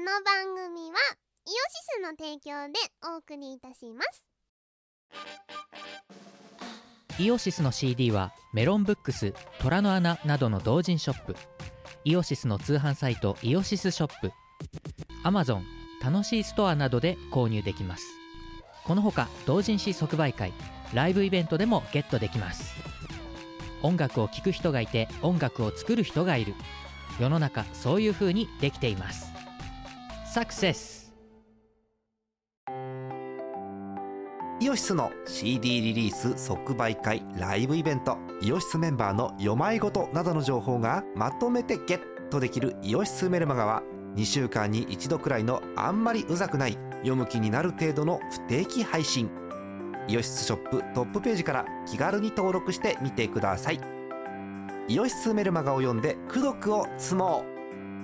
の番組はイオシスの提供でお送りいたします。 イオシスの CD はメロンブックス、虎の穴などの同人ショップ、イオシスの通販サイトイオシスショップ、Amazon、楽しいストアなどで購入できます。このほか同人誌即売会、ライブイベントでもゲットできます。音楽を聴く人がいて音楽を作る人がいる。世の中そういう風にできています。サクセス。 イオシスの CD リリース即売会、ライブイベント、イオシスメンバーの読まいごとなどの情報がまとめてゲットできるイオシスメルマガは、2週間に1度くらいのあんまりうざくない、読む気になる程度の不定期配信。イオシスショップトップページから気軽に登録してみてください。イオシスメルマガを読んで功徳を積もう。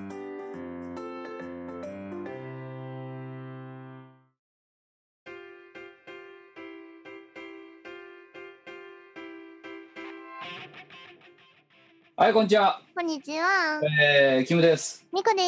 はい、こんにちは。 こんにちは。 キムです。 ミコです。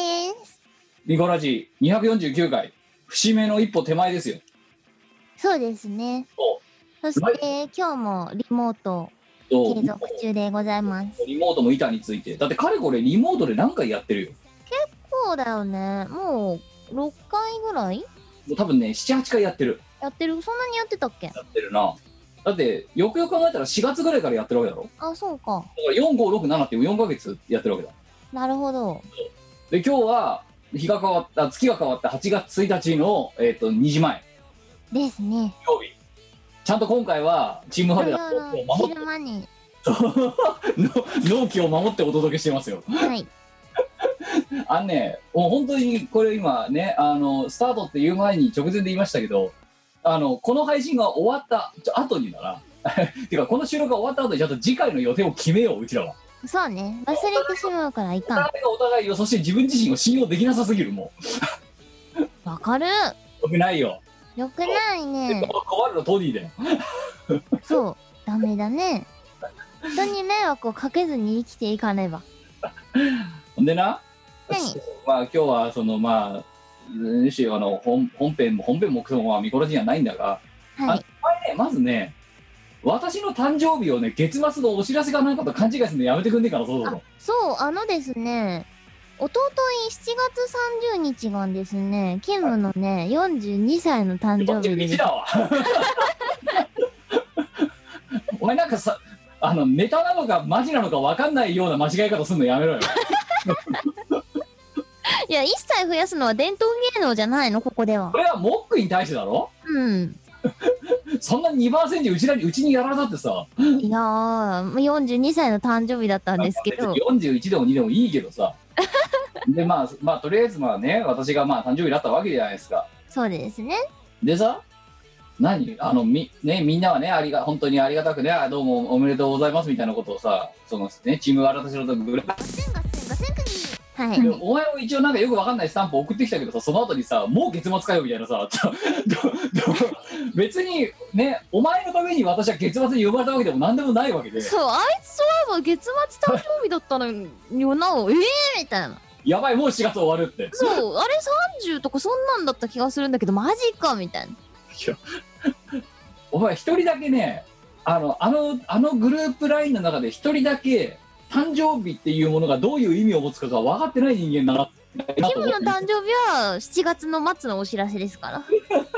ミコラジ249回、節目の一歩手前ですよ。 そうですね。そして今日もリモート継続中でございます。 リモートも板について、だってかれこれリモートで何回やってるよ。 結構だよね。もう6回ぐらい、 もう多分ね 7,8 回やってる。 やってる。そんなにやってたっけ？ やってるな。だってよくよく考えたら4月ぐらいからやってるわけだろ。 あ、そうか。 だから4567って4ヶ月やってるわけだ。 なるほど。 で今日は日が変わった、月が変わった8月1日の2時前ですね。 曜日。ちゃんと今回はチームファイターの昼間に納期を守ってお届けしてますよ。 はい。 もう本当にこれ今ね、スタートって言う前に直前で言いましたけど、この配信が終わった後にだなてかこの収録が終わった後にちゃんと次回の予定を決めよう。うちらはそうね、忘れてしまうからいかん。 お互いを、そして自分自身を信用できなさすぎる。もうわかる。 よくないよ。 よくないね。 困るのトニーだよそう、ダメだね。人に迷惑をかけずに生きていかねば。 ほんでな、 何？ まあ今日はそのまあ本編もクソもミコラジにはないんだが、 はい。 まずね、私の誕生日をね、月末のお知らせかなんかと勘違いするのやめてくんねえかな。そうですね、おととい7月30日がですね、キムのね、42歳の誕生日です。 だわお前なんかさ、ネタなのかマジなのか分かんないような間違い方するのやめろよいや、一切増やすのは伝統芸能じゃないの、ここでは。 これはモックに対してだろ。 うんそんな2%うちにやられたってさ。 いやー、42歳の誕生日だったんですけど、 41でも2でもいいけどさでまあとりあえずまあね、私がまあ誕生日だったわけじゃないですか。 そうですね。 でさ、みんなはね、本当にありがたくね、どうもおめでとうございますみたいなことをさ、そのね、チームわらたしのとグループはい。 お前も一応なんかよくわかんないスタンプ送ってきたけどさ、その後にさ、もう月末かよみたいなさ別にね、お前のために私は月末に呼ばれたわけでもなんでもないわけで、 そう、あいつそういえば月末誕生日だったのよなみたいな。 やばい、もう4月終わるって。 そう、あれ30とかそんなんだった気がするんだけど、マジかみたいな。 いやお前一人だけね、あのグループラインの中で一人だけ誕生日っていうものがどういう意味を持つかが分かってない人間だな。 キムの誕生日は7月の末のお知らせですから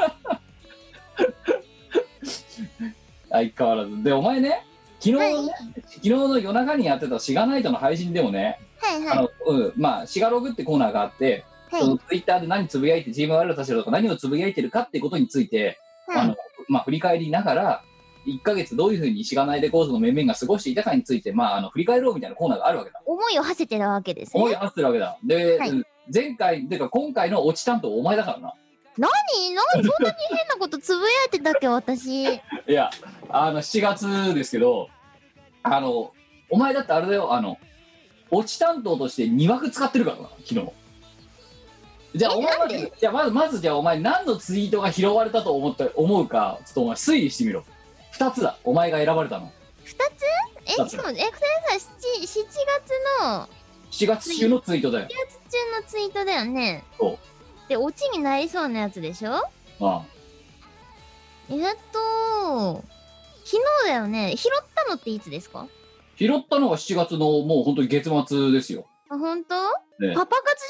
相変わらずで、お前ね、昨日の夜中にやってたシガナイトの配信でもね、まあシガログってコーナーがあって、そのツイッターで何つぶやいて、チームワールドたちとか何をつぶやいてるかってことについて、まあ振り返りながら1ヶ月どういうふうにしがないレコードの面々が過ごしていたかについて、まあ振り返ろうみたいなコーナーがあるわけだ。 思いを馳せてるわけですね。 思いを馳せてるわけだ。で、前回てか今回の落ち担当お前だからな。 何そんなに変なことつぶやいてたっけ私。いや、7月ですけど、お前だってあれだよ、落ち担当として2枠使ってるからな、昨日。じゃあお前まずじゃあお前何のツイートが拾われたと思うか、ちょっとお前推理してみろ。2つだ、お前が選ばれたの。 2つ？しかも、それさ、7月の 7月中のツイートだよ。 7月中のツイートだよね。 そう。 ってオチになりそうなやつでしょ。 あ昨日だよね。拾ったのっていつですか？ 拾ったのが7月のもう本当に月末ですよ。 あ、本当？ ね、 パパ活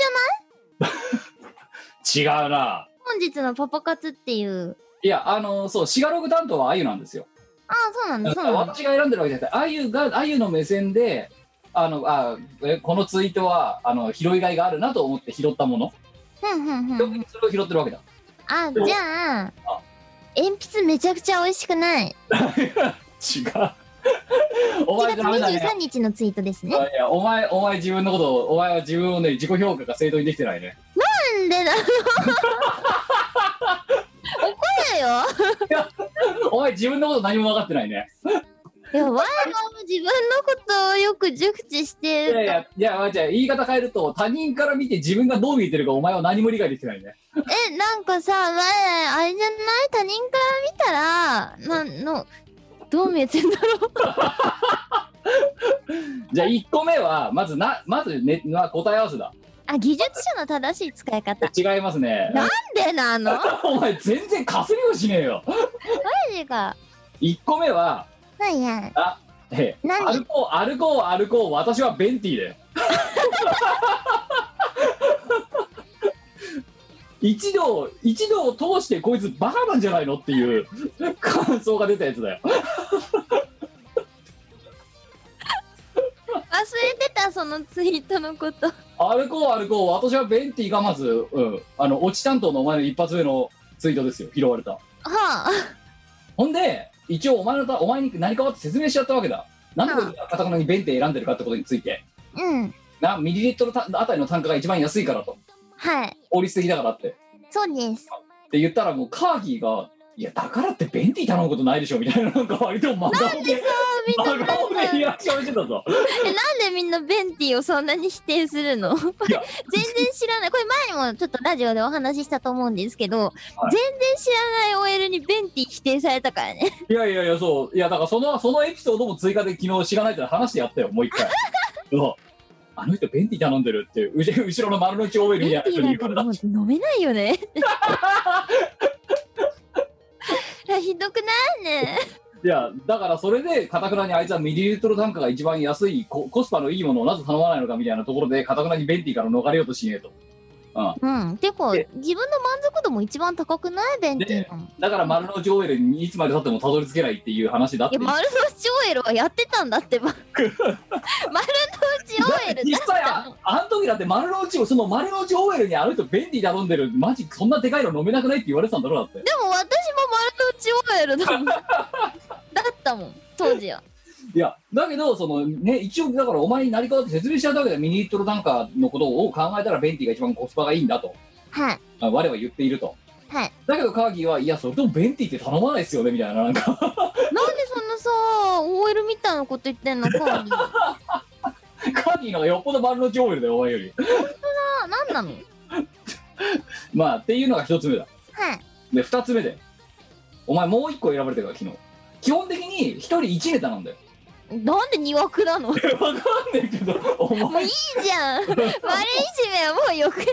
じゃない？ 違うな。 本日のパパ活っていう。 いや、そう、シガログ担当はあゆなんですよ。 ああ、そうなんだ、そうなんだ。 私が選んでるわけじゃなくて、あゆの目線で、このツイートは拾いがいがあるなと思って拾ったもの。それを拾ってるわけだ。 あ、じゃあ、鉛筆めちゃくちゃ美味しくない。 違う。お前 1月23日のツイートですね。 いや、お前自分のことを、お前は自分をね、自己評価が正当にできてないね。 なんでだろう。怒れよ。 いや、お前自分のこと何も分かってないね。 いや、前も自分のことをよく熟知してる。 いや、じゃあ言い方変えると、他人から見て自分がどう見えてるかお前は何も理解できてないね。 なんかさ、前、あれじゃない？他人から見たら、どう見えてんだろう。 じゃあ1個目は、まずね、答え合わせだ。 あ、技術者の正しい使い方。 違いますね。 なんでなの？ お前全然かすりもしねえよ。 マジか。 1個目は、 はいはい。 歩こう、私はベンティで。一度を通してこいつバカなんじゃないのっていう感想が出たやつだよ。 忘れてた、そのツイートのこと。 歩こう、私はベンティがまず、落ち担当のお前の一発目のツイートですよ。拾われた。 はあ。 ほんで一応お前に何かわって説明しちゃったわけだ。なんでこれカタカナにベンティ選んでるかってことについて。ミリリットルあたりの単価が一番安いからと。 はい。 効率的だからって。 そうです。 って言ったらもうカーギーが、いやだからってベンティ頼むことないでしょみたいな、なんか割と真顔でリアクションしてたぞ。 なんでみんなベンティをそんなに否定するの？全然知らない。これ前にもちょっとラジオでお話ししたと思うんですけど、はい、全然知らない OL にベンティ否定されたからね。 いやそう。いやだからそのエピソードも追加で昨日知らないって話してやったよ、もう一回。あの人ベンティ頼んでるって後ろの丸の内 OL みたいな人に言われた。 もう飲めないよね。ひどくないね。 いやだからそれでかたくなにあいつはミリリットル単価が一番安いコスパのいいものをなぜ頼まないのかみたいなところでかたくなにベンティから逃れようとしねえと。 てか自分の満足度も一番高くないベンティなの。 だから丸の内 OL にいつまでたってもたどり着けないっていう話だって。 いや丸の内 OL はやってたんだってば。丸の内 OL 実際あの時だって丸の内 OL にあの人ベンティ頼んでる、マジそんなでかいの飲めなくないって言われてたんだろ。だって。 でも私も丸の内 OL だもん。だったもん当時は。 いやだけどそのね、一応だからお前になり変わって説明しちゃったわけで、ミリリットル単価のことを考えたらベンティが一番コスパがいいんだと、 はい、 我は言っていると、はい、だけどカーギーはいやそれともベンティって頼まないですよねみたいな、なんでそんなさ OL みたいなこと言ってんのカーギー。 カーギーのがよっぽど丸の内 OL だよお前より。 本当だ、なんなの。 まあっていうのが一つ目だ。 はい。 で二つ目でお前もう一個選ばれてるから昨日。基本的に一人1ネタなんだよ。 なんで2枠なの？わかんねえけどお前もういいじゃん。悪い締めはもうよくない？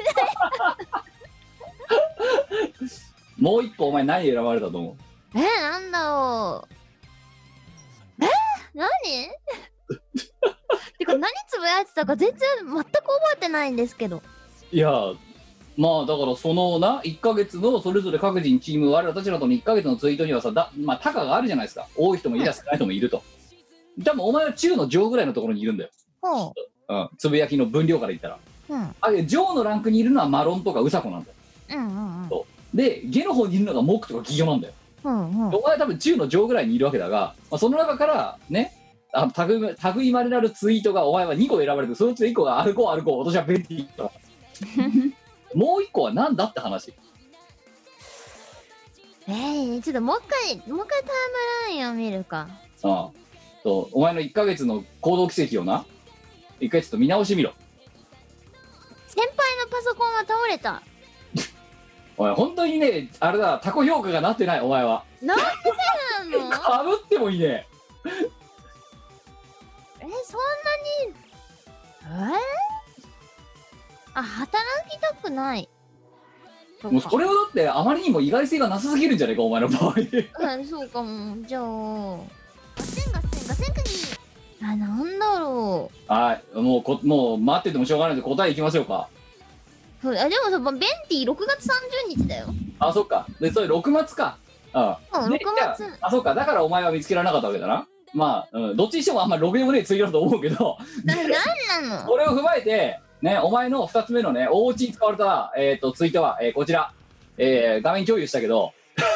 もう一個お前何選ばれたと思う？ なんだろう。何？てか何つぶやいてたか全然全く覚えてないんですけど。 いやまあだからその1ヶ月のそれぞれ各人チーム、我らたちらとの1ヶ月のツイートにはさまあタカがあるじゃないですか。多い人もいりゃ少ない人もいると。多分お前は中の上ぐらいのところにいるんだよ。つぶやきの分量から言ったら、上のランクにいるのはマロンとかウサコなんだよ。で下の方にいるのがモクとかギギョなんだよ。お前は多分中の上ぐらいにいるわけだが、その中からね、類まれなるツイートがお前は2個選ばれて、そのうちの1個が歩こう私はベンティともう1個は何だって話。 ちょっともう一回タイムラインを見るか。 お前の1ヶ月の行動軌跡をな、一回ちょっと見直してみろ。 先輩のパソコンは倒れた。 お前本当にね、あれだ、タコ評価がなってないお前は。 なんでなの？ かぶってもいいね。 そんなに働きたくない。 もうそれはだってあまりにも意外性がなさすぎるんじゃないかお前の場合。 そうかも。じゃあガセン釘。なんだろう。 はい、もう待っててもしょうがないので答えいきましょうか。 でもさ、ベンティ6月30日だよ。 あ、そっか。でそれ6月か。 6月。 そっか。だからお前は見つけられなかったわけだな。まあ、どっちにしてもあんまりろくでもねえツイートだと思うけど、 なんなの。 これを踏まえてね、お前の2つ目のね、おうちに使われたツイートは、こちら、画面共有したけど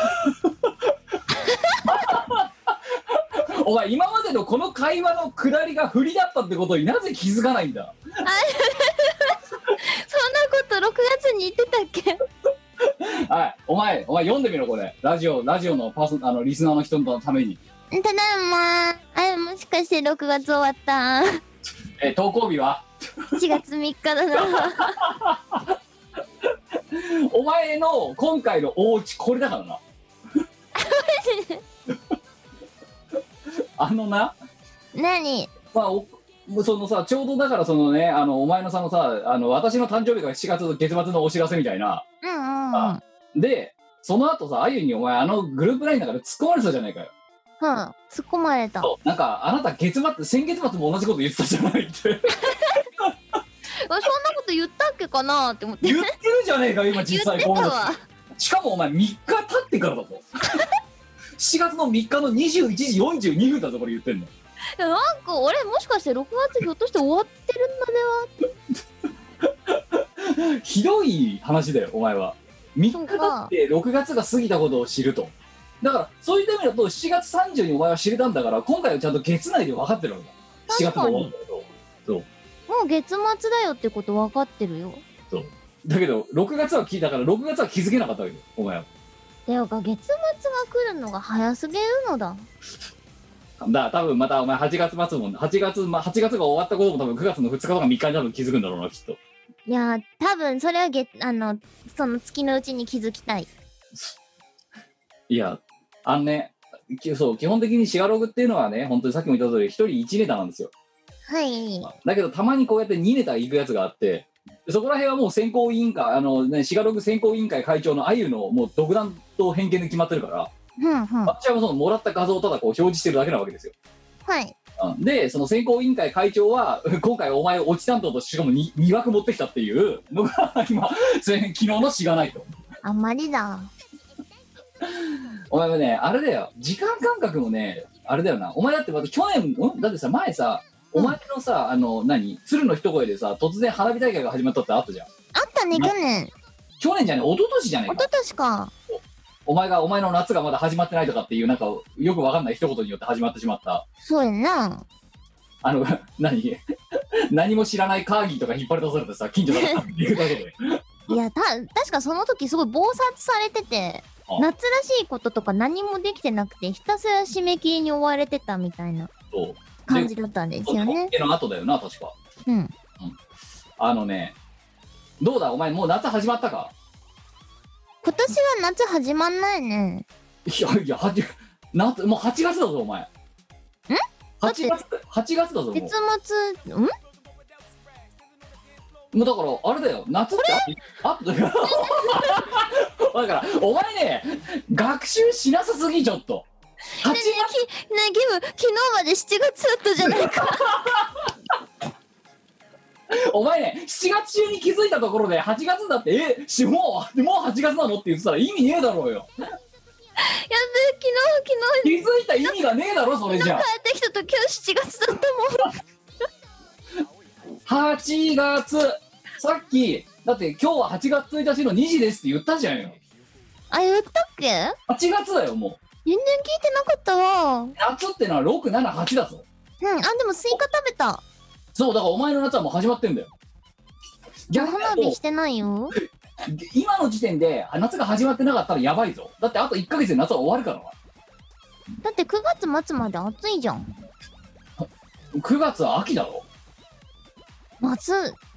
お前今までのこの会話の下りが振りだったってことになぜ気づかないんだ。 そんなこと6月に言ってたっけ。 はい、お前読んでみろこれ。ラジオのリスナーの人のために。 ただいま。もしかして6月終わった。 投稿日は 4月3日だな。 お前の今回のお家これだからな。 何。 まあそのさ、ちょうどだからそのね、お前のさ私の誕生日が7月の月末のお知らせみたいな。でその後さ、あゆにお前グループラインの中で突っ込まれてたじゃないかよ。 突っ込まれた。 なんかあなた先月末も同じこと言ってたじゃないって。そんなこと言ったっけかなって思って。 言ってるじゃねえか今実際。 言ってたわ。 しかもお前3日経ってからだぞ。7月の3日の21時42分だぞこれ言ってんの。 なんか俺もしかして6月ひょっとして終わってるんだねは。 ひどい話だよお前は。3日経って6月が過ぎたことを知ると。だからそういう意味だと7月30にお前は知れたんだから、今回はちゃんと月内で分かってるわけだ。7月の終わるんだけど。そうもう月末だよってこと分かってるよ。 そうだけど6月は聞いたから6月は気づけなかったわけよお前は。 ていうか月末が来るのが早すぎるのだ。 多分またお前8月末も8月が終わったことも多分9月の2日とか3日に多分気づくんだろうなきっと。 いや多分それはその月のうちに気づきたい。 いやそう基本的にシガログっていうのはね、本当にさっきも言った通り1人1ネタなんですよ。 はい。 だけどたまにこうやって2ネタいくやつがあって、そこら辺はもう選考委員会シガログ選考委員会会長のあゆのもう独断と偏見で決まってるから、私はそのもらった画像をただこう表示してるだけなわけですよ。 はい。 でその選考委員会会長は今回お前を落ち担当としかも 2枠持ってきたっていうのが今昨日のしがないと。 あんまりだ。 お前もねあれだよ、時間感覚もねあれだよな。お前だってまた去年だってさ、前さお前のさ鶴の一声でさ突然花火大会が始まったってあったじゃん。 あったね。 去年じゃねえ、一昨年じゃねえか。 一昨年か。お前の夏がまだ始まってないとかっていうなんかよくわかんない一言によって始まってしまった。 そうやな。 何も知らないカーギーとか引っ張り出されてさ、近所だから行くだけで。 いや確かその時すごい暴殺されてて、夏らしいこととか何もできてなくてひたすら締め切りに追われてたみたいな感じだったんですよね。 の後だよな確か。 うんどうだお前もう夏始まったか。 今年は夏始まんないね。 いや夏もう8月だぞお前。8月だぞもう。 月末もうだからあれだよ、夏ってあとだからお前ね学習しなさすぎちょっと。 ねえギブ昨日まで7月だったじゃないか。 お前ね7月中に気づいたところで8月だってもう8月なのって言ってたら意味ねえだろうよ。 やべ昨日気づいた意味がねえだろそれじゃ。 帰ってきたと今日7月だったもん。 8月さっきだって今日は8月1日の2時ですって言ったじゃんよ。 言ったっけ。 8月だよもう。 全然聞いてなかったわ。 夏ってのは6、7、8だぞ。 でもスイカ食べた。 そうだからお前の夏はもう始まってんだよ。 花火してないよ。 今の時点で夏が始まってなかったらやばいぞ。だってあと1ヶ月で夏は終わるからな。 だって9月末まで暑いじゃん。 9月は秋だろ。 夏。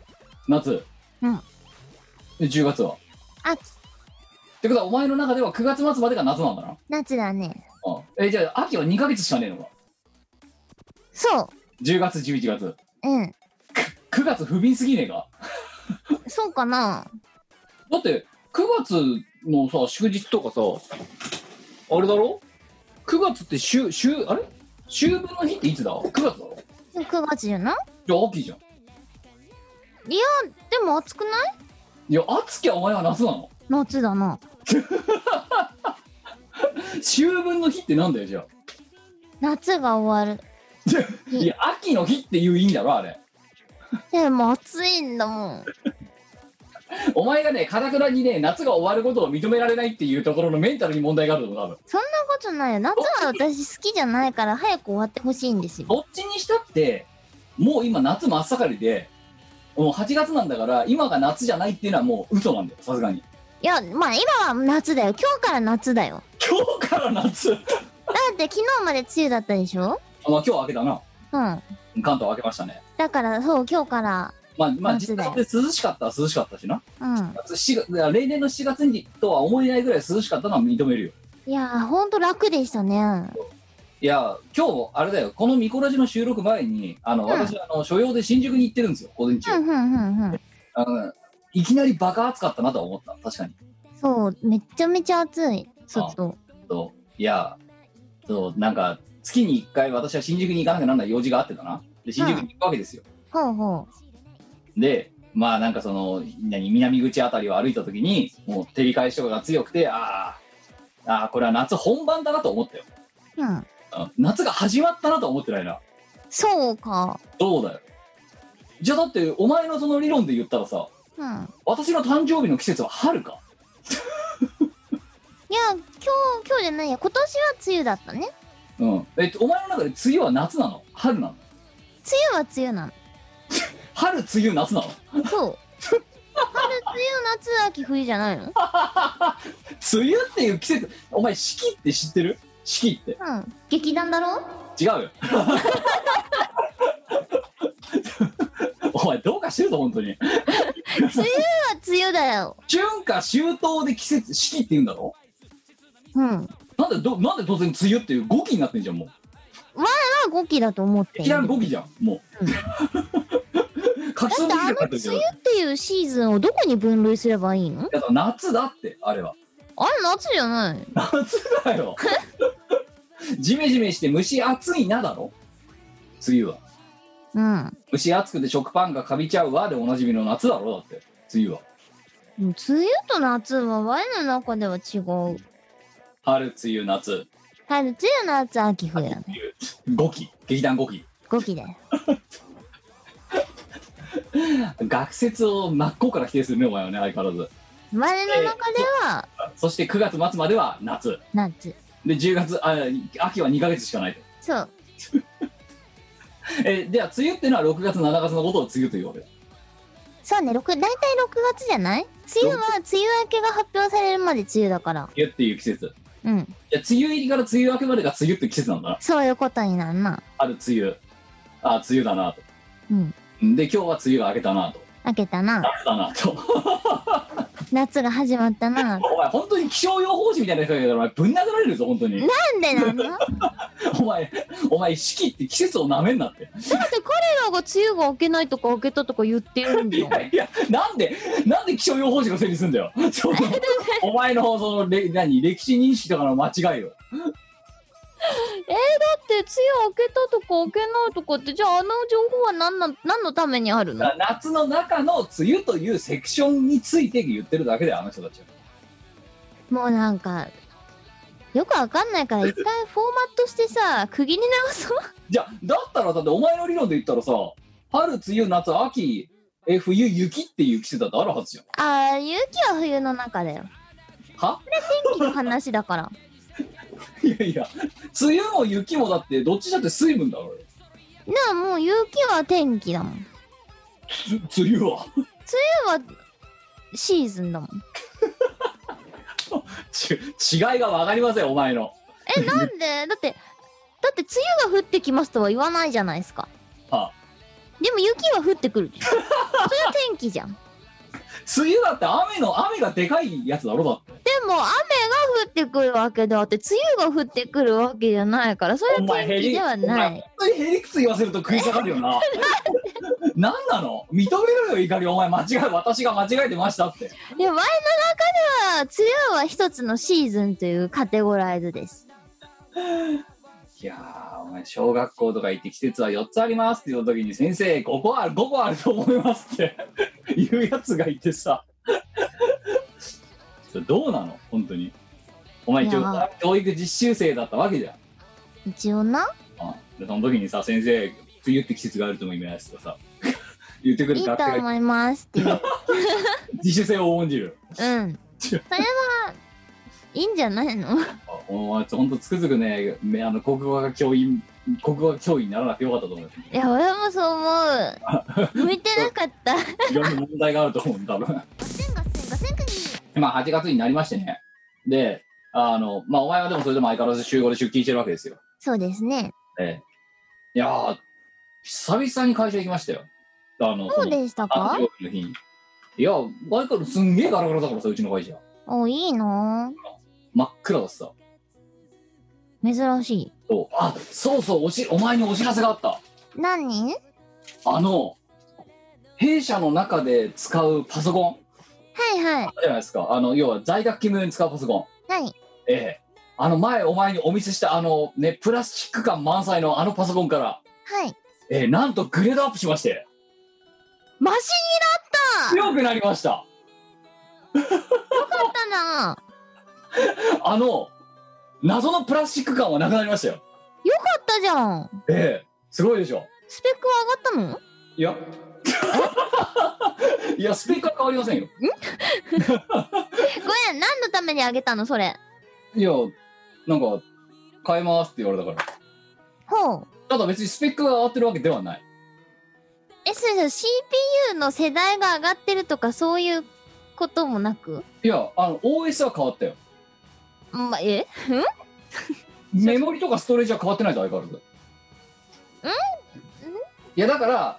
で10月は秋ってことはお前の中では9月末までが夏なんだな。 夏だね。 じゃあ秋は2ヶ月しかねえのか。 そう 10月11月。 9 月不憫すぎねえか。 そうかな。 だって 9月のさ祝日とかさあれだろ、9月ってあれ秋分の日っていつだ、9月だろ。 9月じゃない？ じゃあ秋じゃん。 いやでも暑くない？ いや暑きゃお前は夏なの？ 夏だな。 秋分の日ってなんだよじゃあ。 夏が終わる。 いや秋の日っていう意味だろあれ。 でも暑いんだもん。 お前がね堅くなにね夏が終わることを認められないっていうところのメンタルに問題があるの多分。 そんなことないよ。夏は私好きじゃないから早く終わってほしいんですよ。 どっちにしたってもう今夏真っ盛りで、もう8月なんだから今が夏じゃないっていうのはもう嘘なんだよさすがに。 いやまあ今は夏だよ。今日から夏だよ。 今日から夏だって昨日まで梅雨だったでしょ。 まあ今日は明けたな。 うん。 関東は明けましたね。 だからそう今日からまあ実際で涼しかったは涼しかったしな。 うん。 例年の7月にとは思えないぐらい涼しかったのは認めるよ。 いやーほんと楽でしたね。 いや今日あれだよ、このミコラジの収録前に私所用で新宿に行ってるんですよ午前中。いきなりバカ暑かったなとは思った。確かにそうめちゃめちゃ暑い外。 いやそうなんか月に1回私は新宿に行かなきゃなんない用事があってたな。で新宿に行くわけですよ。 ほうほうでまあなんかその南口あたりを歩いた時にもう照り返しとかが強くてこれは夏本番だなと思ったよ。 うん。 夏が始まったなとは思ってないな。 そうか。 そうだよ。じゃあだってお前のその理論で言ったらさ、 うん、 私の誕生日の季節は春か。 いや今日じゃないや、今年は梅雨だったね。 うん。お前の中で梅雨は夏なの春なの？ 梅雨は梅雨なの。 春梅雨夏なの？ そう春梅雨夏秋冬じゃないの？ 梅雨っていう季節。お前四季って知ってる？四季って。 うん。劇団だろ？ 違うよ。お前どうかしてるぞ本当に。 梅雨は梅雨だよ。 春夏秋冬で季節四季って言うんだろ？ うん。 なんで突然梅雨っていう語気になってんじゃんもう。 前は5期だと思っていきなり語気じゃんもう。だって梅雨っていうシーズンをどこに分類すればいいの？ だから夏だってあれは。 あれ夏じゃない。 夏だよ。ジメジメして蒸し暑いなだろ梅雨は。 うん。 蒸し暑くて食パンがカビちゃうわでおなじみの夏だろだって梅雨は。 梅雨と夏は我の中では違う。 春梅雨夏。 春梅雨夏秋冬だね。 5期劇団5期。 5期だよ。 学説を真っ向から否定するねお前はね相変わらず。 我の中では、 そして9月末までは夏で10月秋は2ヶ月しかないと。 そう。 では梅雨っていうのは6月7月のことを梅雨というわけだ。 そうね、大体6月じゃない？梅雨は梅雨明けが発表されるまで梅雨だから。 梅雨っていう季節。 うん。 いや梅雨入りから梅雨明けまでが梅雨って季節なんだな。 そういうことになるな。 梅雨だなと。 うん。 で今日は梅雨が明けたなと。 明けたな。 夏だなと。 夏が始まったな。 お前本当に気象予報士みたいな人だけどお前ぶん殴られるぞ本当に。 なんでなの？ お前四季って季節をなめんなって。 だって彼らが梅雨が明けないとか明けたとか言ってるんだよ。 いやなんで気象予報士が整理するんだよ。お前のその歴史認識とかの間違いを。 だって梅雨明けたとか明けないとかってじゃあ情報は何のためにあるの？ 夏の中の梅雨というセクションについて言ってるだけであの人たちは。 もうなんかよくわかんないから一回フォーマットしてさ区切り直そう。 じゃあだったらだってお前の理論で言ったらさ春梅雨夏秋冬雪っていう季節だってあるはずじゃん。 雪は冬の中だよ。 は？ これ天気の話だから。 いやいや梅雨も雪もだってどっちだって水分だろ。 なあもう雪は天気だもん。 梅雨はシーズンだもん。 違いが分かりませんお前の。 なんでだって梅雨が降ってきますとは言わないじゃないですか。 はあ、 でも雪は降ってくるじゃん。それは天気じゃん。 梅雨だって雨がでかいやつだろだって。 でも雨が降ってくるわけであって梅雨が降ってくるわけじゃないからそれは天気ではない。 お前本当にへりくつ言わせると食い下がるよな。なんなの認めろよ怒り。お前私が間違えてましたって。 いや前の中では梅雨は一つのシーズンというカテゴライズです。 いやー、お前小学校とか行って季節は4つありますって言った時に先生5個あると思いますって言うやつがいてさそれどうなの本当に。お前一応教育実習生だったわけじゃん。 一応な。 でその時にさ、先生梅雨って季節があると思いますとかさ言ってくるいいと思いますっていう実習生を重んじる。 それはいいんじゃないの。 お前ほんとつくづくね、国語が教員にならなくてよかったと思う。 いや俺もそう思う。向いてなかったいろんな問題があると思う多分まあ8月になりましてね。でまあお前はでもそれでも相変わらず週5で出勤してるわけですよ。 そうですね。 いやー久々に会社行きましたよ。 そうでしたか。 の日に。いや相変わらずすんげえガラガラだからさ、うちの会社。 お、いいな。 真っ暗だしさ。 珍しい。 そうお前にお知らせがあった。 何？ 弊社の中で使うパソコン。 はいはい。 じゃないですか。要は在宅勤務用に使うパソコン。 はい。 前お前にお見せしたプラスチック感満載のパソコンから。 はい。 なんとグレードアップしまして。 マシになった。 強くなりました。よかったな。 謎のプラスチック感はなくなりましたよ。よかったじゃん。 すごいでしょ。 スペックは上がったの？ いやいやスペックは変わりませんよ。 ごめん、何のために上げたのそれ。 いやなんか変えますって言われたから。 ほう。 ただ別にスペックが上がってるわけではない。 それ CPU の世代が上がってるとかそういうこともなく？ いやOS は変わったよ。メモリとかストレージは変わってないと相変わらず。いやだから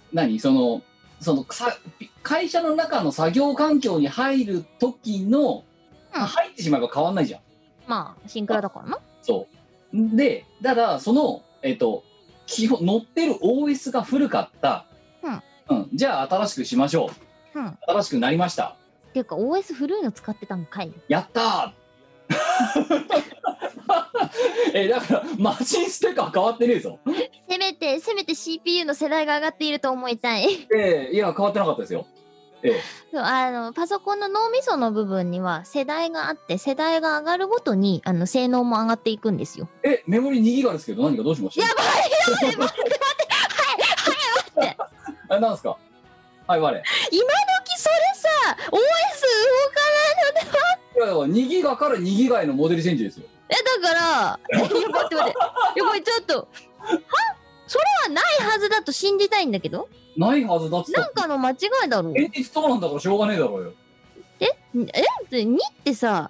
会社の中の作業環境に入る時の、入ってしまえば変わんないじゃん。 まあシンクロだからな。 そうで、ただ基本乗ってる OS が古かった、じゃあ新しくしましょう、新しくなりました。 っていうか OS 古いの使ってたんかい。 やったーだからマシンスペックは変わってねえぞ。 せめて CPU の世代が上がっていると思いたい。 いや変わってなかったですよ。 パソコンの脳みその部分には世代があって、世代が上がるごとに性能も上がっていくんですよ。 メモリ2ギガですけど何かどうしました？ やばい待って待ってなんすか？はい我今時それさ OS 動かないのでは。 いや2ギガから2ギガへのモデルチェンジですよ。 だから待ってこれちょっとそれはないはずだと信じたいんだけど。 ないはずだっつった。 なんかの間違いだろう。 現実そうなんだからしょうがねえだろうよ。 2ってさ、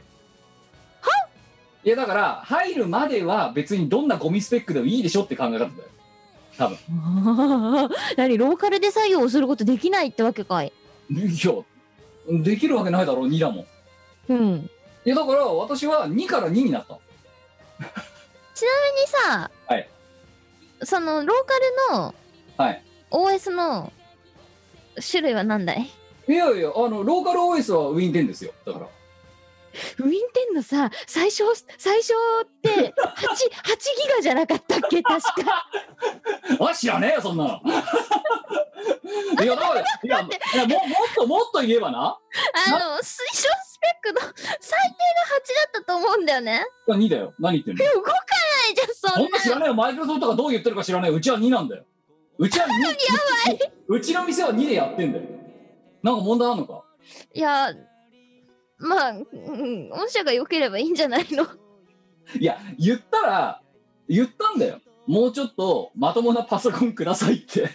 いやだから入るまでは別にどんなゴミスペックでもいいでしょって考え方だよ多分。 何ローカルで作業をすることできないってわけかい。 いやできるわけないだろう2だもん。 いやだから私は2から2になった。 ちなみにさ、そのローカルの OS の種類は何だい？ いやローカル OS は Win10 ですよ。だから Win10 のさ最初って8ギガじゃなかったっけ確か。 知らねえよそんなの。いやもっと言えばな推奨スペックの最低が8だったと思うんだよね。 2だよ。何言ってんの？ 動かないじゃんそんな。 知らないよ。マイクロソフトがどう言ってるか知らないよ。うちは2なんだよ。うちは2やばい。うちの店は2でやってんだよ。なんか問題あんのか？ いやまあ、御社が良ければいいんじゃないの。 いや言ったんだよ。もうちょっとまともなパソコンくださいって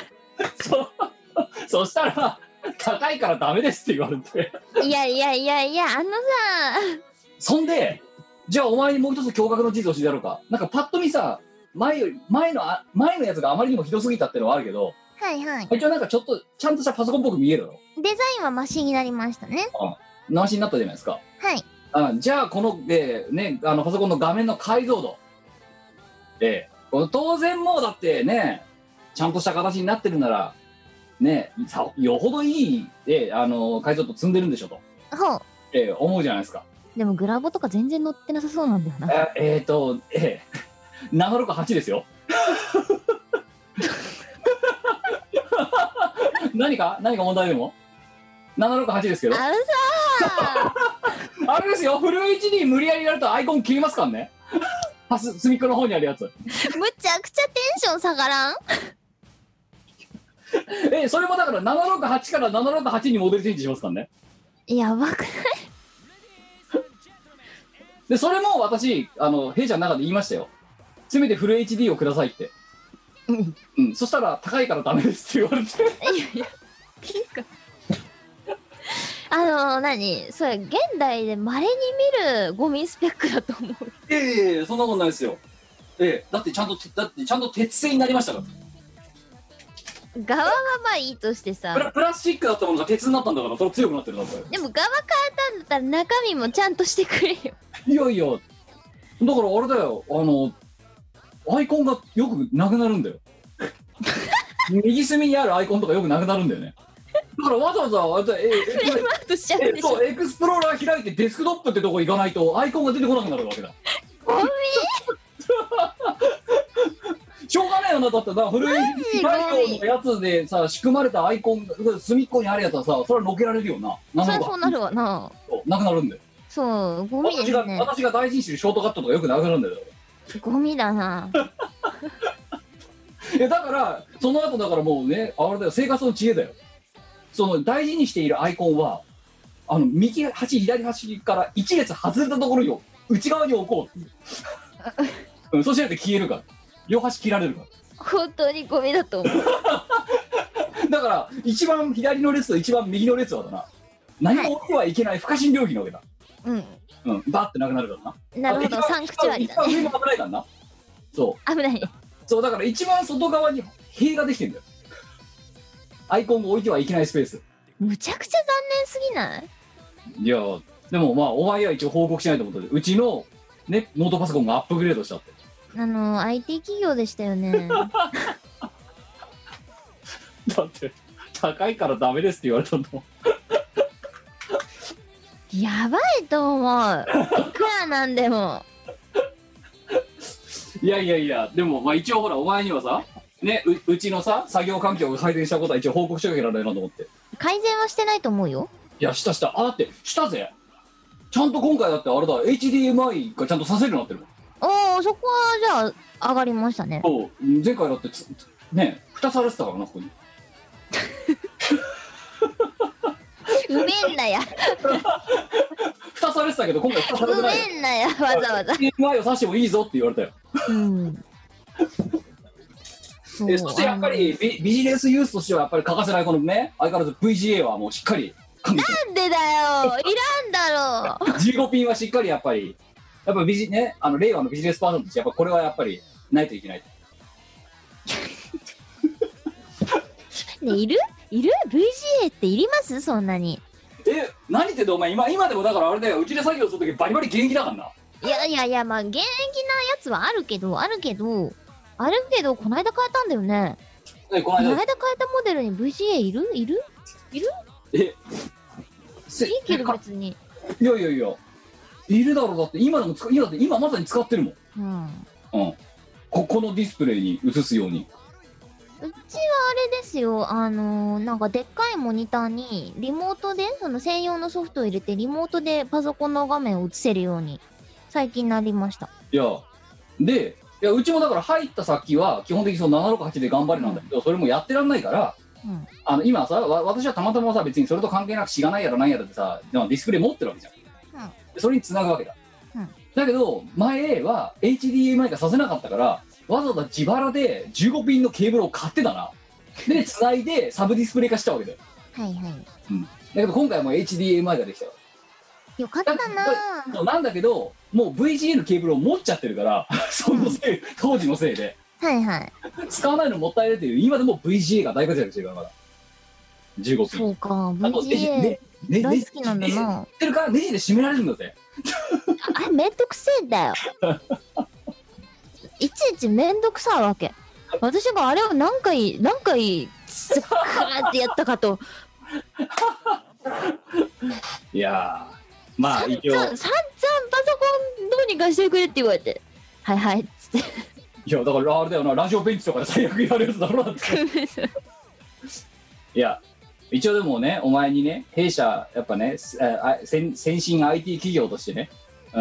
そしたら高いからダメですって言われて。いやさそんでじゃあお前にもう一つ驚愕の事実を教えてやろうか。なんかパッと見さ前のやつがあまりにもひどすぎたってのはあるけど、一応なんかちょっとちゃんとしたパソコンっぽく見えるの。 デザインはマシになりましたね。 マシになったじゃないですか。じゃあこのパソコンの画面の解像度この当然もうだってねちゃんとした形になってるならねよほどいい解像度積んでるんでしょと。 思うじゃないですか。 でもグラボとか全然乗ってなさそうなんだよな。 768ですよ。何か問題でも768ですけど、 あのさあれですよ、フル HD 無理やりやるとアイコン消えますからね。隅っこの方にあるやつ。 むちゃくちゃテンション下がらん。 それもだから768から768にモデルチェンジしますからね。 やばくない？ でそれも私弊社の中で言いましたよ。せめてフル HD をくださいって。うん、そしたら高いからダメですって言われて。 いや何それ現代で稀に見るゴミスペックだと思う。 そんなことないですよ。だってちゃんと鉄製になりましたから。 側はまあいいとしてさ、 プラスチックだったものが鉄になったんだから、それ強くなってるんだから。 でも側変えたんだったら中身もちゃんとしてくれよ。 いやいや、だからあれだよ、アイコンがよくなくなるんだよ。右隅にあるアイコンとかよくなくなるんだよね。だからわざわざフレームアウトしちゃうでしょ。 そう、エクスプローラー開いてデスクトップってとこ行かないとアイコンが出てこなくなるわけだ。 ゴミしょうがないよな。だってな、フル HD 対応のやつでさ仕組まれたアイコンが隅っこにあるやつはさ、それはのけられるよな。 そりゃそうなるわな。 なくなるんだよ。 そう、ゴミですね。 私が大事にしてるショートカットとかよくなくなるんだよ。 ゴミだな。 だからその後だからもうね、あれだよ、生活の知恵だよ。その大事にしているアイコンは右端左端から1列外れたところに内側に置こう。そうしないと消えるから、両端切られるから。 本当にゴミだと思う。 だから一番左の列と一番右の列はだな、何も置いてはいけない不可侵領域なわけだ。バッてなくなるからな。なるほど、サンクチュアリだね。 一番上も危ないからな。そう危ない。 そうだから一番外側に塀ができてるんだよ。アイコンを置いてはいけないスペース。 むちゃくちゃ残念すぎない？ いやでもまあお前は一応報告しないと思ったで、うちのねノートパソコンがアップグレードしたって。 IT 企業でしたよね。 だって高いからダメですって言われたの。 やばいと思う。いくらなんでも。 いやでもまあ一応ほらお前にはさね、うちのさ作業環境が改善したことは一応報告しなきゃいけないなと思って。 改善はしてないと思うよ。いやしただってしたぜ。ちゃんと今回だってあれだ HDMI がちゃんとさせるようになってるもん。そこはじゃあ上がりましたね。 そう前回だってね蓋されてたからな、ここに。 うめんなや。 蓋されてたけど今回蓋されてない。 うめんなや、わざわざ。 HDMI をさしてもいいぞって言われたよ。そしてやっぱりビジネスユースとしてはやっぱり欠かせないこのね、相変わらず VGA はもうしっかり。 なんでだよ、いらんだろう。 15ピンはしっかりやっぱりね、令和のビジネスパーソンとしてやっぱこれはやっぱりないといけない。 ね、いる VGA っていります？そんなに。 何言ってんだお前。今でもだからあれだよ、うちで作業するときバリバリ現役だからな。 いやまあ現役なやつはあるけどこの間変えたんだよね。この間変えたモデルに VGA いるいいけど別に。 いやいるだろう。だって今まさに使ってるもん。このディスプレイに映すように。 うちはあれですよ、なんかでっかいモニターにリモートでその専用のソフトを入れてリモートでパソコンの画面を映せるように最近なりました。いやうちもだから入った先は基本的にその768で頑張れなんだけど、それもやってらんないから、今さ私はたまたまさ別にそれと関係なくしがないやらなんやらってさディスプレイ持ってるわけじゃん。それにつなぐわけだ。だけど前は HDMI がさせなかったからわざわざ自腹で15ピンのケーブルを買ってたな。でつないでサブディスプレイ化したわけだよ。だけど今回はもう HDMI ができたよ。 よかったな。 なんだけどもう VGA のケーブルを持っちゃってるからそのせい、当時のせいで使わないのもったいないっていう。今でも VGA が大活躍してるからまだ15ピン。 そうか VGA 大好きなんだな。 ってるからネジで締められるんだぜ。 あれめんどくせえんだよ。いちいちめんどくさいわけ。私があれを何回スカーってやったかと。 いやまあ一応散々パソコンどうにかしてくれって言われて、はいはいっつって。 いやだからあれだよな、ラジオベンチとかで最悪言われるやつだろうなっていや一応でもね、お前にね、弊社やっぱね、先進 IT 企業としてね、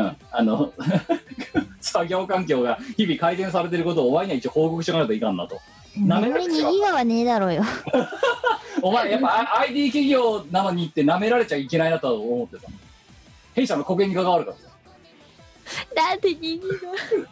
作業環境が日々改善されてることをお前には一応報告しておかないといかんなと。 なめられにいいわはねえだろうよお前やっぱ IT 企業なのにってなめられちゃいけないなと思ってた。弊社の保険に関わるからさ。 だって人間が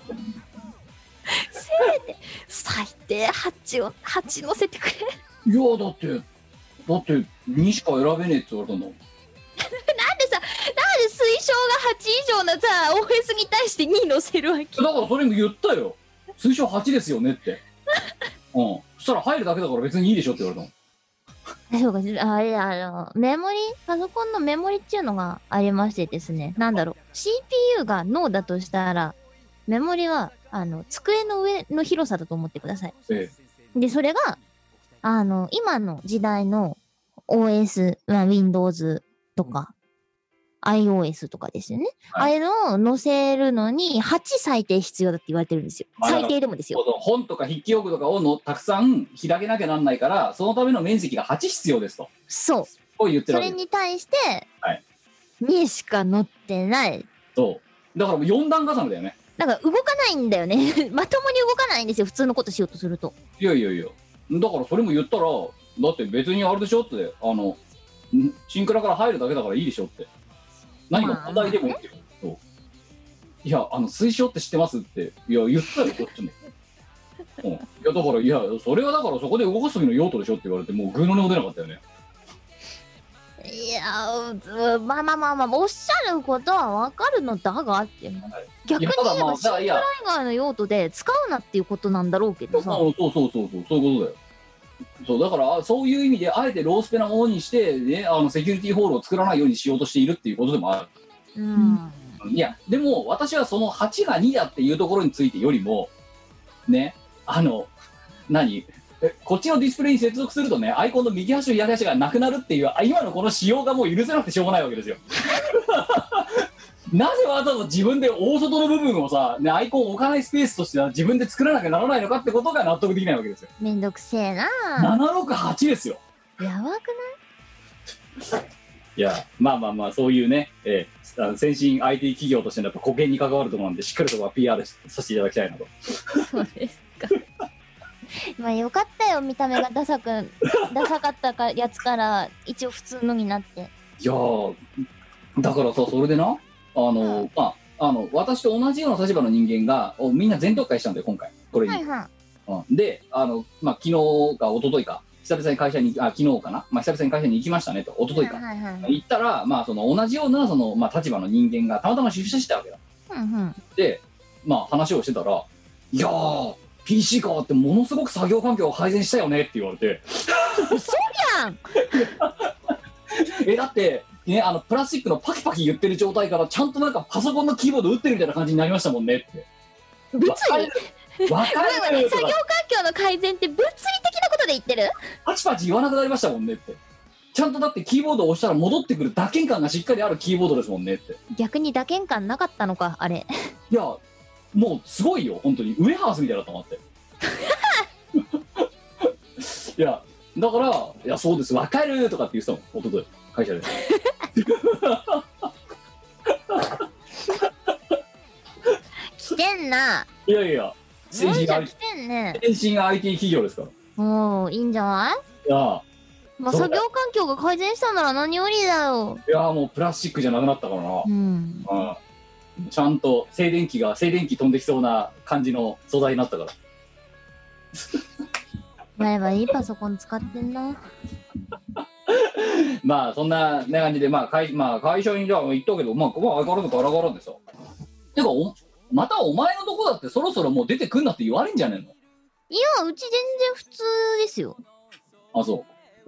せめて最低8乗せてくれ。 いやだって2しか選べねえって言われたんだもんなんで推奨が8以上のさ OS に対して2乗せるわけ。 だからそれも言ったよ、推奨8ですよねってそしたら入るだけだから別にいいでしょって言われたの。 そうか、あれメモリ、パソコンのメモリっていうのがありましてですね、なんだろう、CPU がノーだとしたら、メモリは、机の上の広さだと思ってください。で、それが、今の時代の OS、Windows とか、iOS とかですよね。はい、あれを載せるのに8最低必要だって言われてるんですよ。最低でもですよ。 本とか筆記用具とかをたくさん開けなきゃなんないから、そのための面積が8必要ですと。 そう。 こう言ってるわけそれに対して、はい、2しか載ってない。 そう。だからもう4段重ねだよね。 だから動かないんだよね。まともに動かないんですよ。普通のことしようとすると。 いや。だからそれも言ったら、だって別にあれでしょって、シンクラから入るだけだからいいでしょって。何が問題でもいいってこと。いや推奨って知ってますって、いや言ったよこっちもいやだからそれはだからそこで動かす時の用途でしょって言われて、もうグーの音も出なかったよね。 いやまあおっしゃることはわかるのだがって、逆に言えばシンクラ以外の用途で使うなっていうことなんだろうけどさ。 そういうことだよ。そうだからそういう意味であえてロースペなものにしてね、セキュリティホールを作らないようにしようとしているっていうことでもある。いやでも私はその8が2だっていうところについてよりもね、こっちのディスプレイに接続するとね、アイコンの右端と左端がなくなるっていう今のこの仕様がもう許せなくてしょうがないわけですよなぜわざわざ自分で大外の部分をさ、アイコンを置かないスペースとしては自分で作らなきゃならないのかってことが納得できないわけですよ。 めんどくせえな。 768ですよ。 やばくない？ いやまあそういうね、先進 IT 企業としてのやっぱ保険に関わるところなんで、しっかりとPR させていただきたいなと。 そうですかまあよかったよ、見た目がダサかったやつから一応普通のになって。いやだからさ、それでな私と同じような立場の人間がみんな全特会したんだよ今回これに。で昨日か一昨日か久々に会社に昨日かな、久々に会社に行きましたねと、一昨日か、行ったらその同じような立場の人間がたまたま出社してたわけだ。で話をしてたら、いやー PC 変わってものすごく作業環境を改善したよねって言われて嘘やんだってね、プラスチックのパキパキ言ってる状態からちゃんとなんかパソコンのキーボード打ってるみたいな感じになりましたもんねって。 物理作業環境の改善って物理的なことで言ってる？ パチパチ言わなくなりましたもんねって。ちゃんとだってキーボードを押したら戻ってくる打鍵感がしっかりあるキーボードですもんねって。 逆に打鍵感なかったのかあれ。 いやもうすごいよ本当に、ウエハースみたいだったもんっていやだから「いやそうです分かる」とかって言ってたもん一昨日会社で来てんな。 いや先進 IT 企業ですから。 もういいんじゃない？いや作業環境が改善したなら何よりだよ。 いやもうプラスチックじゃなくなったからな。ちゃんと静電気飛んできそうな感じの素材になったからやればいいパソコン使ってんなそんな感じで会社にじゃあ行ったけど相変わらずガラガラでさ。てかまたお前のとこだってそろそろもう出てくんなって言われんじゃねえの？ いやうち全然普通ですよ。 あ、そう。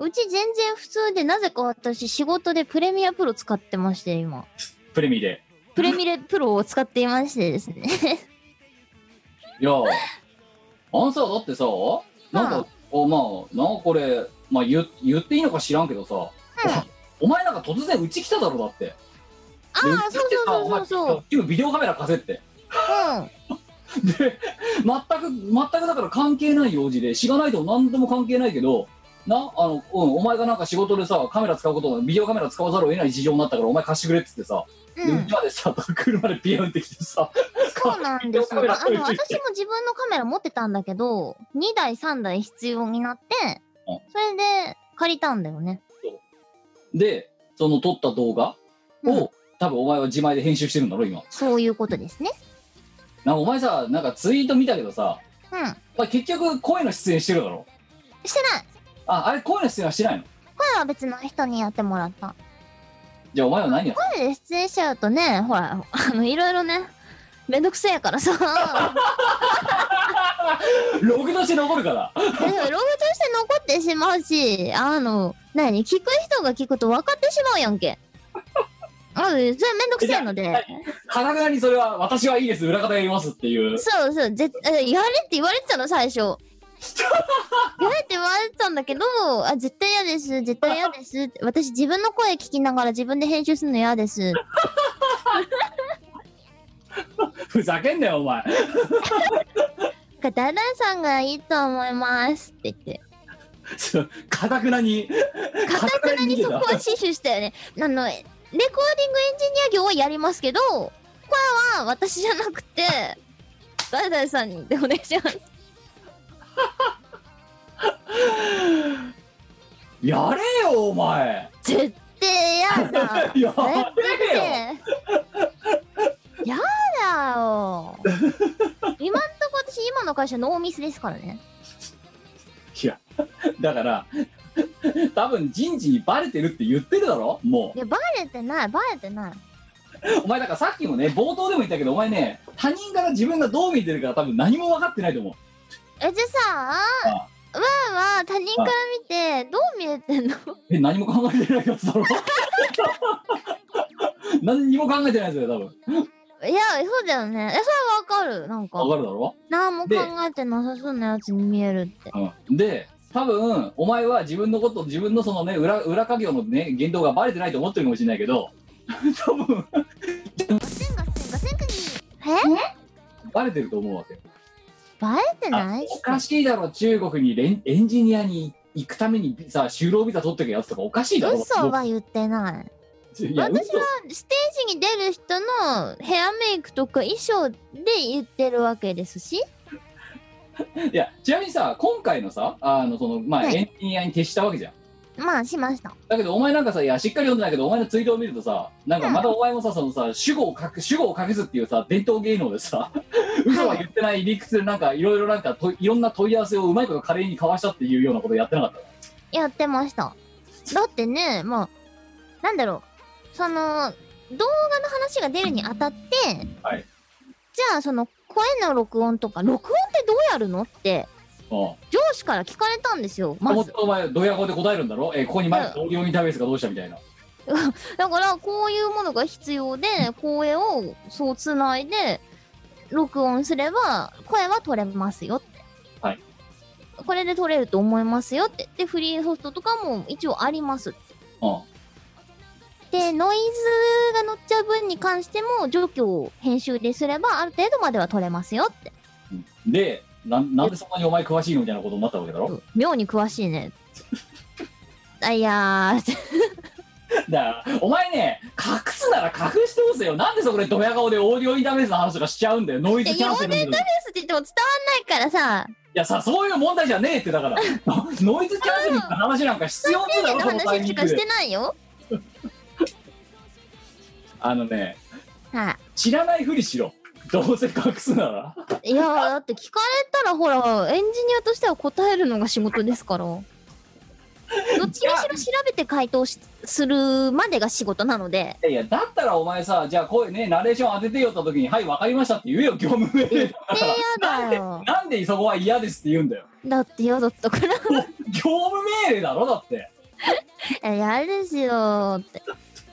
うち全然普通で、なぜか私仕事でプレミアプロ使ってまして今。 プレミレプロを使っていましてですねいやあんさだってさなんかこれ言っていいのか知らんけどさ、お前なんか突然うち来ただろだって。 ああ、そうそうそうそう。 今ビデオカメラ貸せって。 うん。 で、全くだから関係ない用事で、しがないと何とも関係ないけど、お前がなんか仕事でさ、カメラ使うことビデオカメラ使わざるを得ない事情になったからお前貸してくれっつってさ、うちまでさ、車でピュンってきてさ、 そうなんですよ。私も自分のカメラ持ってたんだけど、2台3台必要になって、それで借りたんだよね。 で、その撮った動画を、多分お前は自前で編集してるんだろ今。 そういうことですね。 お前さ、なんかツイート見たけどさ、 うん。 結局声の出演してるだろ。 してない。 あれ声の出演はしてないの？ 声は別の人にやってもらった。 じゃあお前は何やった？ 声で出演しちゃうとね、ほら、いろいろね、めんどくせえからさ。 ログとして残るから。 ログとして残ってしまうし、聞く人が聞くと分かってしまうやんけ。それめんどくせえので。 かたくなにそれは、私はいいです、裏方やりますっていう。 そうそう、やれって言われてたの、最初。やれって言われてたんだけど、絶対嫌です、絶対嫌です。私自分の声聞きながら自分で編集するの嫌です。 ふざけんなよ、お前。 ダダさんがいいと思いますって言って。 かたくなにそこは死守したよね。レコーディングエンジニア業はやりますけど、これは私じゃなくて、ダダさんにでお願いします。 やれよ、お前。 絶対やだ。 やれよ。 やだよ。今んとこ私今の会社ノーミスですからね。 いやだから多分人事にバレてるって言ってるだろもう。 いやバレてない。 お前だからさっきもね冒頭でも言ったけどお前ね他人から自分がどう見てるか多分何も分かってないと思う。 じゃあさは他人から見てどう見えてんの？ 何も考えてないやつだろ。何にも考えてないやつだよ多分。 いやそうだよね。それはわかる。なんかわかるだろ。 何も考えてなさそうなやつに見えるって。 で多分お前は自分のそのね裏稼業のね言動がバレてないと思ってるかもしれないけど多分バレてると思うわけ。 バレてないし。 おかしいだろ。中国にエンジニアに行くためにさ就労ビザ取ってくやつとかおかしいだろ。 嘘は言ってない。私はステージに出る人のヘアメイクとか衣装で言ってるわけですし。 いやちなみにさ今回のさエンジニアに徹したわけじゃん。 まあしました。 だけどお前なんかさしっかり読んでないけどお前のツイートを見るとさなんかまたお前もさそのさ主語を隠すっていうさ伝統芸能でさ嘘は言ってない理屈でなんかいろいろなんかいろんな問い合わせをうまいこと華麗に交わしたっていうようなことやってなかった？ やってました。だってねなんだろうその動画の話が出るにあたって、 はい、 じゃあその声の録音とか録音ってどうやるのって上司から聞かれたんですよ。まずお前ドヤ顔で答えるんだろ。ここに前のオーディオインターフェースがどうしたみたいな。 だからこういうものが必要で声をそうつないで録音すれば声は取れますよって、 はい、 これで取れると思いますよってでフリーソフトとかも一応ありますって。でノイズが乗っちゃう分に関しても除去を編集ですればある程度までは取れますよって。 でなんでそんなにお前詳しいのみたいなことになったわけだろ。 妙に詳しいね。いやだからお前ね隠すなら隠してほしいよ。なんでそこでドヤ顔でオーディオインターフェースの話とかしちゃうんだよ。ノイズキャンセルの。オーディオインターフェースって言っても伝わんないからさ。いやさそういう問題じゃねえってだからノイズキャンセルの話なんか必要だろ。そのタイミングでしてないよ。知らないふりしろ。どうせ隠すなら。 いやだって聞かれたらほらエンジニアとしては答えるのが仕事ですから。どっちにしろ調べて回答するまでが仕事なので。 いやだったらお前さじゃあこうねナレーション当ててよった時にはい分かりましたって言えよ。業務命令だからなんでそこは嫌ですって言うんだよ。 だって嫌だったから業務命令だろだって嫌ですよって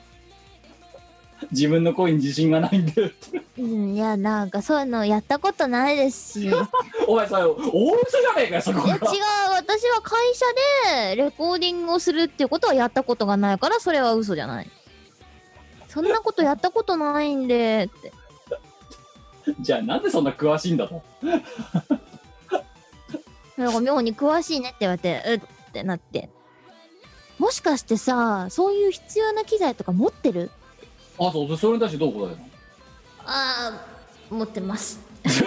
自分の声に自信がないんだよって。 いやなんかそういうのやったことないですしお前さ大嘘じゃねえかよそこが。いや違う私は会社でレコーディングをするっていうことはやったことがないからそれは嘘じゃない。そそんなことやったことないんでって。 じゃあなんでそんな詳しいんだと。 なんか妙に詳しいねって言われて、ってなって。もしかしてさ、そういう必要な機材とか持ってる？ あ、そう、それに対してどう答えるの？ 持ってます。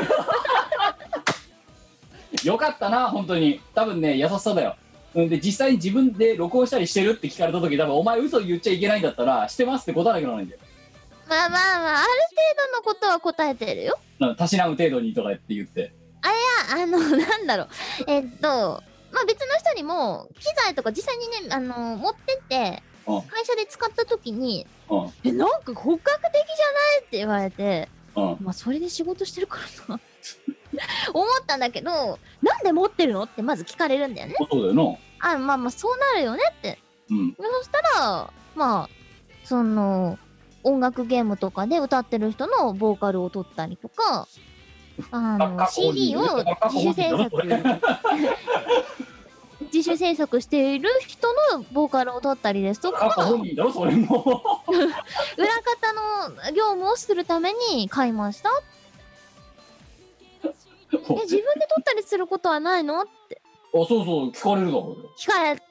よかったな、本当に。多分ね、優しさだよ。で、実際に自分で録音したりしてるって聞かれた時、多分お前嘘言っちゃいけないんだったら、してますって答えなきゃならないんだよ。 まあ、ある程度のことは答えてるよ。 たしなむ程度にとかって言って。 なんだろう。まあ別の人にも、機材とか実際にね、持ってって、会社で使った時に、なんか本格的じゃないって言われて、まあそれで仕事してるからな思ったんだけど、なんで持ってるのってまず聞かれるんだよね。 そうだよな。 まあそうなるよねって。そしたら、まあ、その、音楽ゲームとかで歌ってる人のボーカルを取ったりとか、CD を自主制作している人のボーカルを取ったりですとか、裏方の業務をするために買いました。自分で撮ったりすることはないのって。 そうそう、聞かれるだろ。 聞かれて、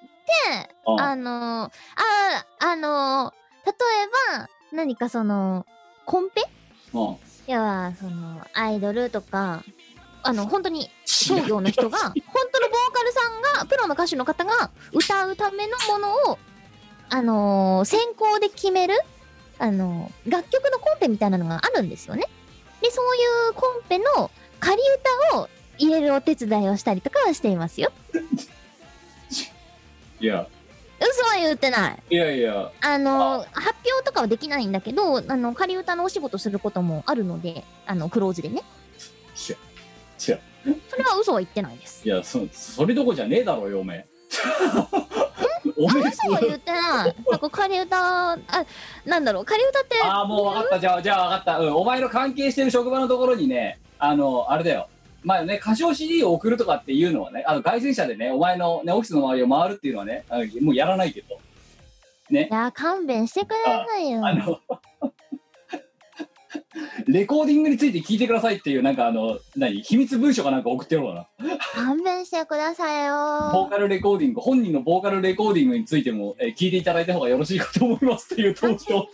例えば、何かその、コンペ？要は、その、アイドルとか、本当に商業の人が、本当のボーカルさんが、プロの歌手の方が歌うためのものを、先行で決める、楽曲のコンペみたいなのがあるんですよね。で、そういうコンペの仮歌を入れるお手伝いをしたりとかはしていますよ。 いや。 嘘は言ってない。 いやいや。 発表とかはできないんだけど、仮歌のお仕事することもあるので、クローズでね。 それは嘘は言ってないです。 いや、それどこじゃねえだろうよ、おめえ。 嘘は言ってない。なんか仮歌、なんだろう、仮歌って。 もう分かった。じゃあ分かった。お前の関係してる職場のところにね、あれだよ。まあね、歌唱 CD を送るとかっていうのはね、外線車でね、お前のね、オフィスの周りを回るっていうのはね、もうやらないけど。ね。 いや、勘弁してくださいよ。 レコーディングについて聞いてくださいっていう、なんか秘密文書かなんか送ってやろうかな。 勘弁してくださいよ。 ボーカルレコーディング、本人のボーカルレコーディングについても、聞いていただいた方がよろしいかと思いますっていう投資を。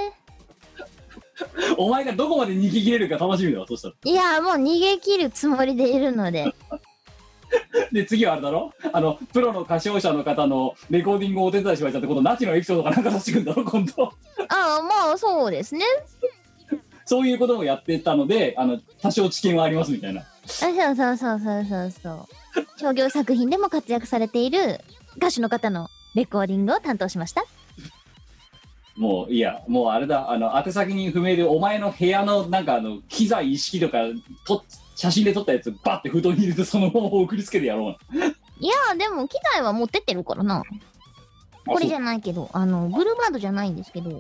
お前がどこまで逃げ切れるか楽しみだわ、そしたら。 いや、もう逃げ切るつもりでいるので。 で、次はあれだろ、プロの歌唱者の方のレコーディングをお手伝いしましたってこと、ナチのエピソードかなんか出してくんだろ、今度。 まあ、そうですね。 そういうことをやってたので、多少知見はありますみたいな。 そう。商業作品でも活躍されている歌手の方のレコーディングを担当しました。 もういや、もうあれだ、宛先人不明でお前の部屋のなんか機材一式とか写真で撮ったやつバッて封筒に入れてそのまま送りつけてやろう。 いやでも機材は持ってってるからな。これじゃないけど、ブルーバードじゃないんですけど。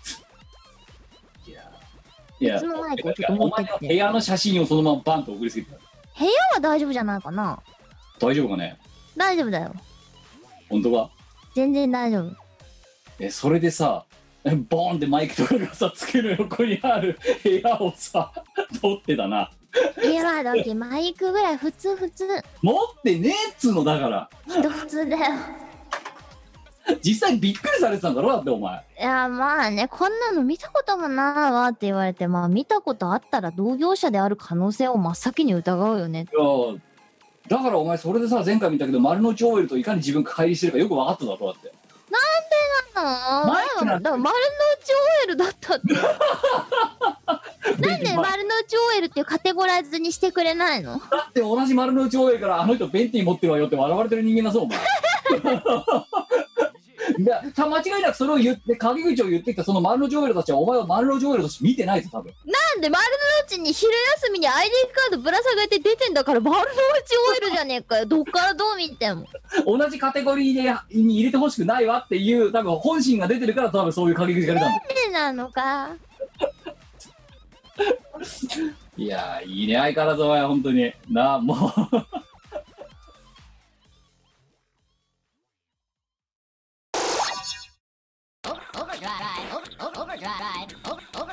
いや、お前の部屋の写真をそのままバンと送りつけてやる。 部屋は大丈夫じゃないかな。 大丈夫かね。 大丈夫だよ。 本当か。 全然大丈夫。 それでさ、ボーンってマイクとかがさつける横にある部屋をさ撮ってたな。 いやだってマイクぐらい普通持ってねえっつうのだから。 普通だよ。 実際びっくりされてたんだろだってお前。 いやまあね、こんなの見たこともないわって言われて、まあ見たことあったら同業者である可能性を真っ先に疑うよね。 いやだからお前それでさ、前回見たけど丸の内 OL といかに自分が乖離してるかよく分かっただろだって。 なんでなの？だから丸の内 OL だったって。なんで丸の内 OL っていうカテゴライズにしてくれないの？ だって同じ丸の内 OL からあの人ベンティ持ってるわよって笑われてる人間だぞお前。間違いなくそれを言って陰口を言ってきたその丸の内 OL たちはお前は丸の内 OL として見てないぞ多分。 なんで丸の内に昼休みに ID カードぶら下げて出てんだから丸の内 OL じゃねえかよ。どっからどう見ても同じカテゴリーに入れてほしくないわっていう多分本心が出てるから多分そういう陰口が出たんだ。 なのか。 いやいいね相変わらずお前本当になあもう。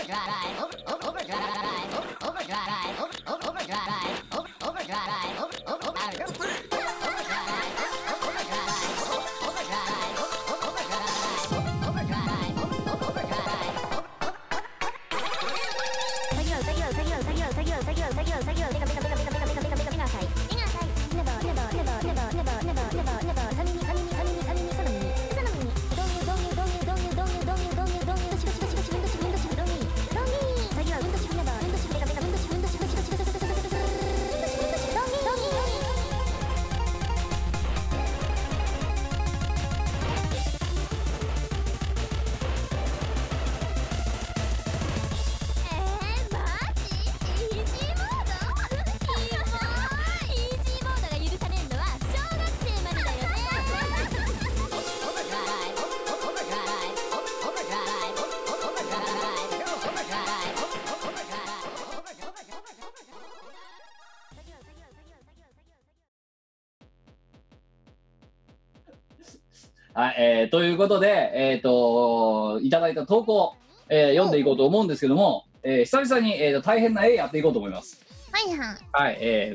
はい、ということで、いただいた投稿、読んでいこうと思うんですけども、久々に、大変な絵やっていこうと思います。 はいはい。 はい、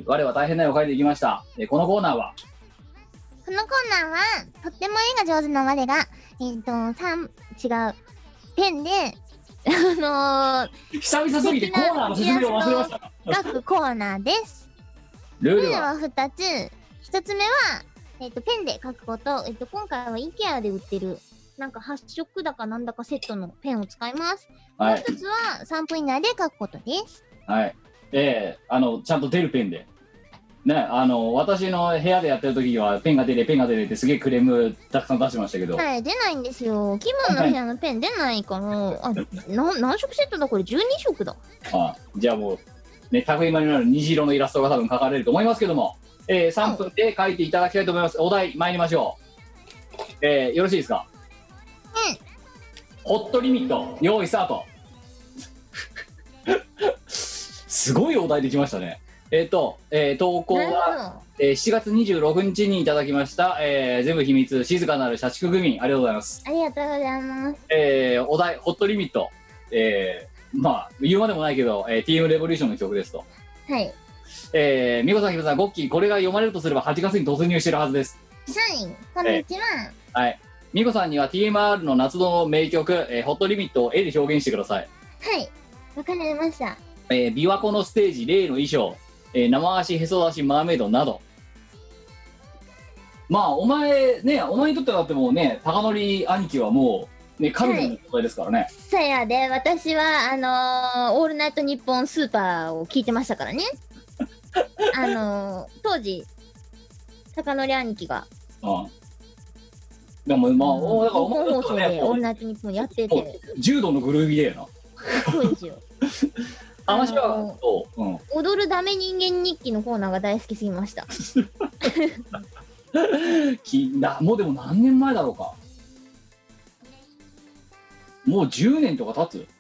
我は大変な絵を描いていきました。このコーナーはこのコーナーはとっても絵が上手な我が違うペンで久々すぎてコーナーの説明を忘れましたか。 描くコーナーです。 ルールは 2つ。1つ目はペンで描くこと。今回は IKEA で売ってるなんか8色だかなんだかセットのペンを使います。 はい、 もう1つは3分以内で描くことです。 はい。ちゃんと出るペンで。ね、私の部屋でやってる時にはペンが出れってすげえクレームたくさん出してましたけど、 はい、出ないんですよ。気分の部屋のペン出ないから何色セットだこれ12色だ。 じゃあもうね、タグイマになる虹色のイラストが多分描かれると思いますけども、3分で描いていただきたいと思います。お題参りましょう。よろしいですか。ホットリミット用意スタート。すごいお題できましたね。投稿は、7月26日にいただきました、全部秘密静かなる社畜グミ、ありがとうございます。 ありがとうございます。 お題ホットリミット、まあ言うまでもないけど、TM レボリューションの曲ですと。 はい。 みこさん、ひろさん、ゴッキー、これが読まれるとすれば8月に突入してるはずです。 はい、こんにちは。 はい。みこさんには TMR の夏の名曲、ホットリミットを絵で表現してください。 はい、わかりました。 琵琶湖のステージ、例の衣装、生足、へそ足、マーメイドなど。まあ、お前にとってはだってもうね、高則兄貴はもう、ね、神の存在ですからね。 そやで、私は、オールナイトニッポンスーパーを聞いてましたからね。当時、高則兄貴が。 でもまあ、だから本放送でオールナイトニッポンやってて。 柔道のグルービーだよな。 そうですよ。 話は踊るダメ人間日記のコーナーが大好きすぎました。 もうでも何年前だろうか。もう10年とか経つ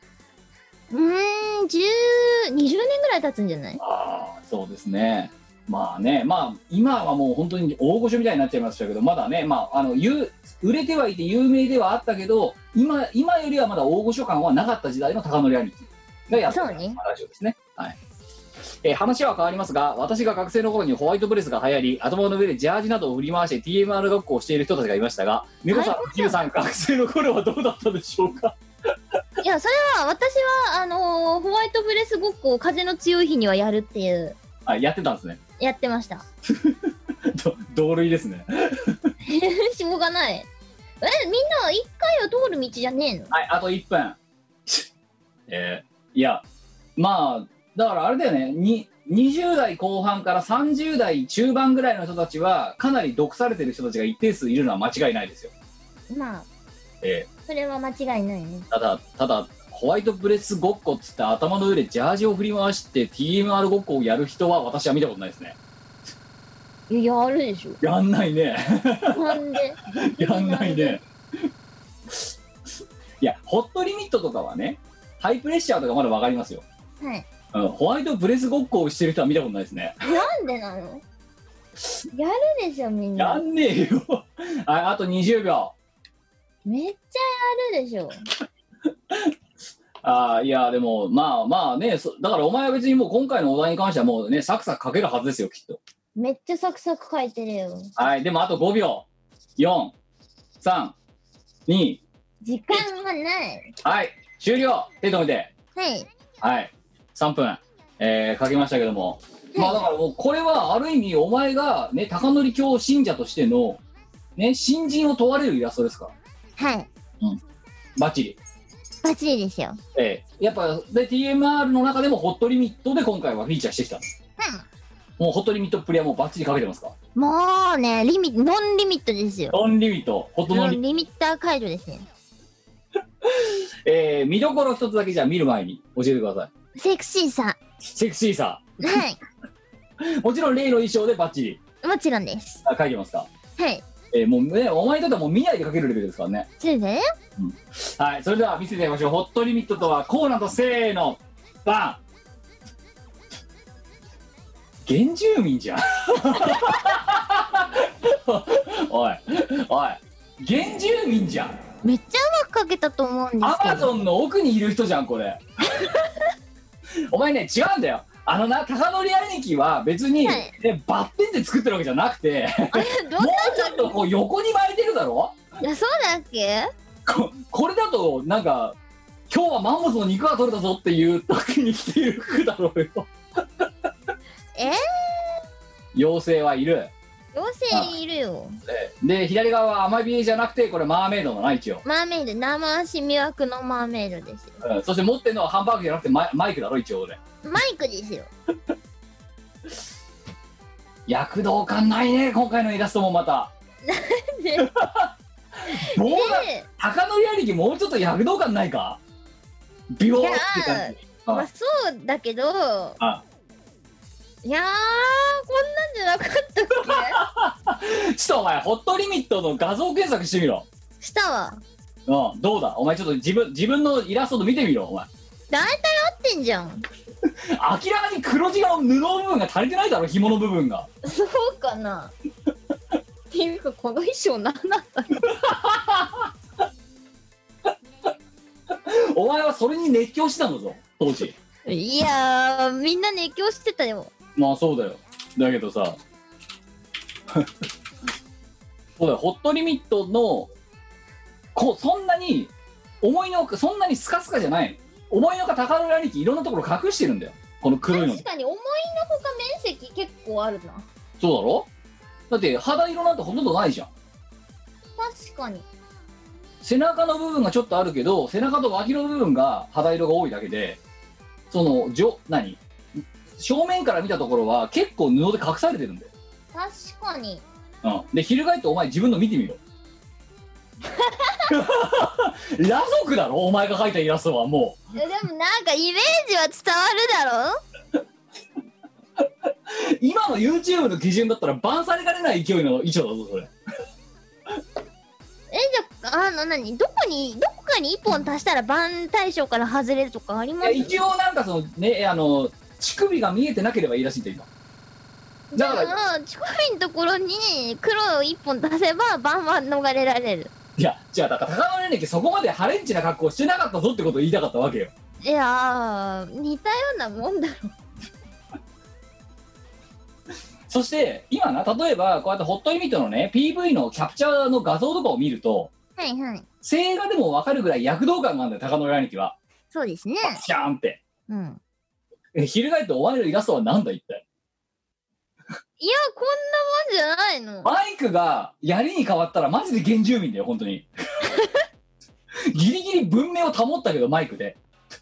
20年ぐらい経つんじゃない。 そうですね。まあね、まあ今はもう本当に大御所みたいになっちゃいましたけど、まだね、まあ売れてはいて有名ではあったけど、今よりはまだ大御所感はなかった時代の高則兄貴がやってたラジオですね。はい。話は変わりますが、私が学生の頃にホワイトブレスが流行り、頭の上でジャージなどを振り回して TMR 学校をしている人たちがいましたが、みこさん、キムさん、学生の頃はどうだったでしょうか。 いや、それは私はホワイトブレスごっこを風の強い日にはやるっていう。 やってたんですね。 やってました。 同類ですね。 しょうがない。みんな一回は通る道じゃねえの。 はい、あと1分。いや、まあだからあれだよね、20代後半から30代中盤ぐらいの人たちはかなり毒されてる人たちが一定数いるのは間違いないですよ。 まあ、それは間違いないね。ただホワイトブレスごっこっつって頭の上でジャージを振り回して TMR ごっこをやる人は私は見たことないですね。 やるでしょ。 やんないね。 なんでやんないね。いや、ホットリミットとかはね、ハイプレッシャーとかまだ分かりますよ。 はい。 ホワイトブレスごっこをしてる人は見たことないですね。 なんでなの。やるでしょみんな。 やんねえよ。あと20秒。 めっちゃやるでしょ。 いやでもまあね、だからお前は別にもう今回のお題に関してはもうねサクサク書けるはずですよきっと。 めっちゃサクサク書いてるよ。 はい、でもあと5秒。4、3、2。 時間がない。 はい、終了。手止めて。 はい。 はい、3分、書きましたけども。まあだからもうこれはある意味お前がね高則教信者としてのね信心を問われるイラストですか。 はい。 バッチリ。 バッチリですよ。 やっぱで TMR の中でもホットリミットで今回はフィーチャーしてきたんです。もうホットリミットっぷりはもうバッチリかけてますか。 もうねノンリミットですよ。 ノンリミット、ホットノンリミッター解除ですね。 見どころ一つだけじゃあ見る前に教えてください。 セクシーさ。 セクシーさ。 はい。 もちろん例の衣装でバッチリ。もちろんです。 書いてますか。 はい。 もうねお前にとってはもう見ないで書けるレベルですからね。 そうだよ。 はい、それでは見せていただきましょう。ホットリミットとはこうなんとせーのバン。原住民じゃん。おい原住民じゃん。 めっちゃうまく書けたと思うんですけど。 アマゾンの奥にいる人じゃんこれ。お前ね違うんだよ。高則兄貴は別に、ねバッテンで作ってるわけじゃなくてもうちょっとこう横に巻いてるだろ。 いやそうだっけ。 これだとなんか今日はマンモスの肉が取れたぞっていう時に着ている服だろうよ。妖精はいる。 妖精いるよ。 で左側はアマビエじゃなくてこれマーメイドのな一応。 マーメイド、生足魅惑のマーメイドですよ。 そして持ってるのはハンバーグじゃなくてマイクだろ一応俺。 マイクですよ。 躍動感ないね今回のイラストもまた。 なんでもう高則兄貴もうちょっと躍動感ないか。ビヨーって感じ。 まあそうだけど、いやーこんなんじゃなかったっけ。ちょっとお前ホットリミットの画像検索してみろ。 したわ。 どうだお前ちょっと自分のイラストと見てみろお前。 大体合ってんじゃん。 明らかに黒地の布の部分が足りてないだろ紐の部分が。 そうかな。っていうかこの衣装何なんだろう。お前はそれに熱狂してたんだぞ当時。 いやーみんな熱狂してたよ。 まあそうだよ。だけどさそうだよホットリミットのそんなにそんなにスカスカじゃない。思いのほか高則兄貴いろんなところ隠してるんだよこの黒いの。 確かに思いのほか面積結構あるな。 そうだろ。だって肌色なんてほとんどないじゃん。 確かに。 背中の部分がちょっとあるけど背中と脇の部分が肌色が多いだけで正面から見たところは結構布で隠されてるんだよ。 確かに。 で翻ってお前自分の見てみろ。裸族だろお前が描いたイラストはもう。 でもなんかイメージは伝わるだろ。 今の YouTube の基準だったらバンされかねない勢いの衣装だぞそれ。 じゃあどこかに1本足したらバン対象から外れるとかあります？ 一応なんか乳首が見えてなければいいらしいんだ今。 だから乳首のところに黒を1本出せばバンは逃れられる。 いやじゃあだから高則兄貴そこまでハレンチな格好してなかったぞってことを言いたかったわけよ。 いやー似たようなもんだろ。 そして今例えばこうやってホットリミットのね PV のキャプチャーの画像とかを見ると、 はいはい、 静画でも分かるぐらい躍動感があるんだよ高則兄貴は。 そうですね。 シャーンって。翻ってお前のイラストはなんだ一体。 いやこんなもんじゃないの。 マイクが槍に変わったらマジで原住民だよ本当に。ギリギリ文明を保ったけどマイクで。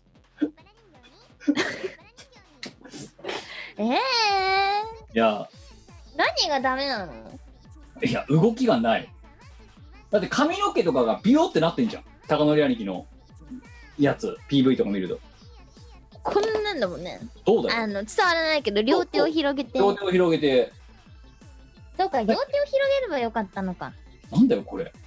いや何がダメなの？ いや動きがない。だって髪の毛とかがビヨってなってんじゃん高則兄貴のやつ PV とか見ると。 こんなんだもんね。 どうだよ。 伝わらないけど両手を広げて。 両手を広げて。 そうか両手を広げればよかったのか。 なんだよこれ。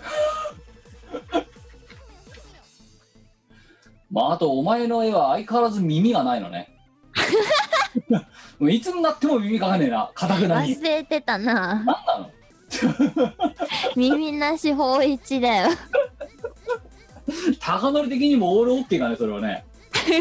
まああとお前の絵は相変わらず耳がないのね。もういつになっても耳がねえな固くなに。 忘れてたな。 なんなの。 耳なし法一だよ。 高則的にもオールオッケーかね、それはね。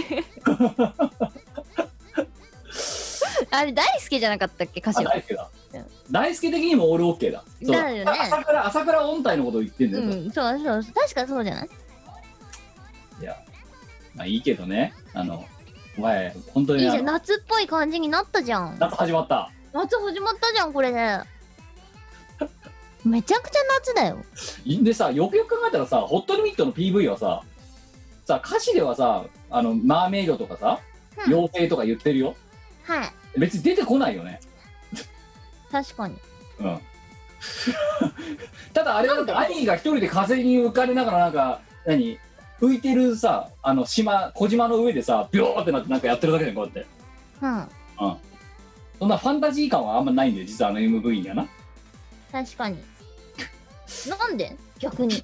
あれ大輔じゃなかったっけ歌詞は。 大輔だ。大輔的にもオールオッケーだ。そうだよね。 朝倉音体のことを言ってんだよ。 そうそう、確かそうじゃない。 いや、まあいいけどね。お前本当にいいじゃん、夏っぽい感じになったじゃん。 夏始まった。 夏始まったじゃんこれね。めちゃくちゃ夏だよ。 でさ、よくよく考えたらさ、ホットリミットの PV はさ歌詞ではさ、マーメイドとかさ、妖精とか言ってるよ。 はい。 別に出てこないよね。 確かに。 うん。ただあれはだって兄が一人で風に浮かれながらなんか浮いてるさ、小島の上でさビョーってなってなんかやってるだけでこうやって。うん。そんなファンタジー感はあんまないんだよ実はMV にはな。 確かに。なんで逆に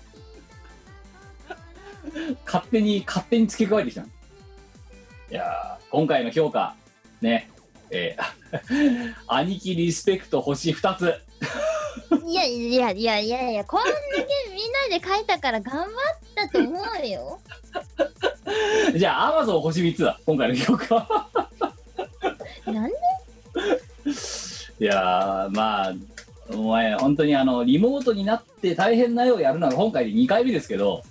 勝手に付け加えてきたの。いや今回の評価ね、兄貴リスペクト星2つ。 いや、こんだけみんなで書いたから頑張ったと思うよ。 じゃあ Amazon 星3つだ今回の評価。 なんで。 いやまあお前本当にリモートになって大変な絵をやるのが今回で2回目ですけど、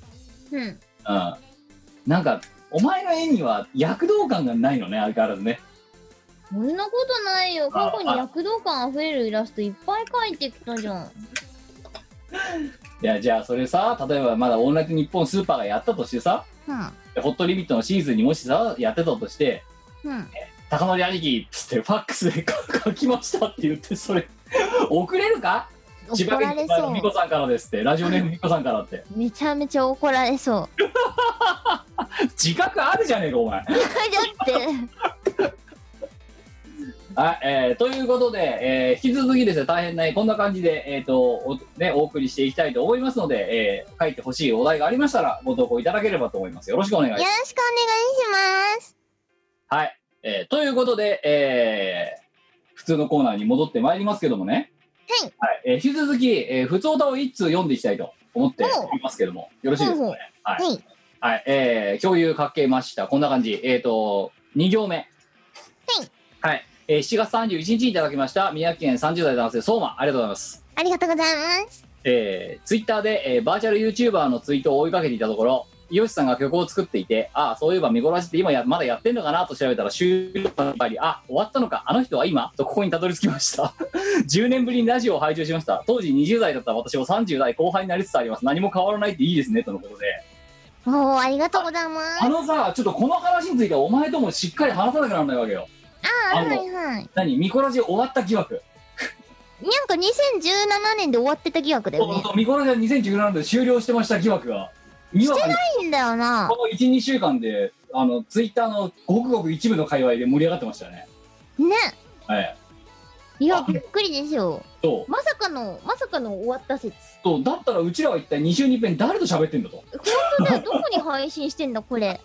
なんかお前の絵には躍動感がないのね、相変わらずね。 そんなことないよ。過去に躍動感あふれるイラストいっぱい描いてきたじゃん。 いや、じゃあそれさ、例えばまだオールナイトニッポンスーパーがやったとしてさ、ホットリミットのシーズンにもしさやってたとして、高則兄貴っつってファックスで書きましたって言ってそれ送れるか。千葉県のみこさんからですって、ラジオネームみこさんからって。 めちゃめちゃ怒られそう。 自覚あるじゃねえかお前。だってはい、ということで、引き続きですね、大変なこんな感じで、お送りしていきたいと思いますので、書いてほしいお題がありましたらご投稿いただければと思います。よろしくお願いします。 よろしくお願いします。 はい、ということで、普通のコーナーに戻ってまいりますけどもね、引き続き、普通歌を1通読んでいきたいと思っておりますけども、よろしいですかね。はい、共有かけました。こんな感じ。2行目。はい。7月31日にいただきました宮城県30代男性相馬、ありがとうございます。 ありがとうございます。 ツイッターで、バーチャル YouTuber のツイートを追いかけていたところ、イヨシさんが曲を作っていて、そういえばミコラジって今まだやってんのかなと調べたら終了の場合に終わったのか、あの人は今とここにたどり着きました10年ぶりにラジオを拝聴しました。当時20代だった私も30代後半になりつつあります。何も変わらないっていいですねとのことで。 ありがとうございます。 さ、ちょっとこの話についてはお前ともしっかり話さなきゃならないわけよ。ミコラジ終わった疑惑。 なんか2017年で終わってた疑惑だよね。 ミコラジは2017年で終了してました疑惑が。 してないんだよな。 この 1,2 週間でツイッターのごくごく一部の界隈で盛り上がってましたね。 ね。 はい。 いや、びっくりですよ。まさかの終わった説。 だったらうちらは一体2週に一遍誰と喋ってんだと。 本当だよ。どこに配信してんだこれ。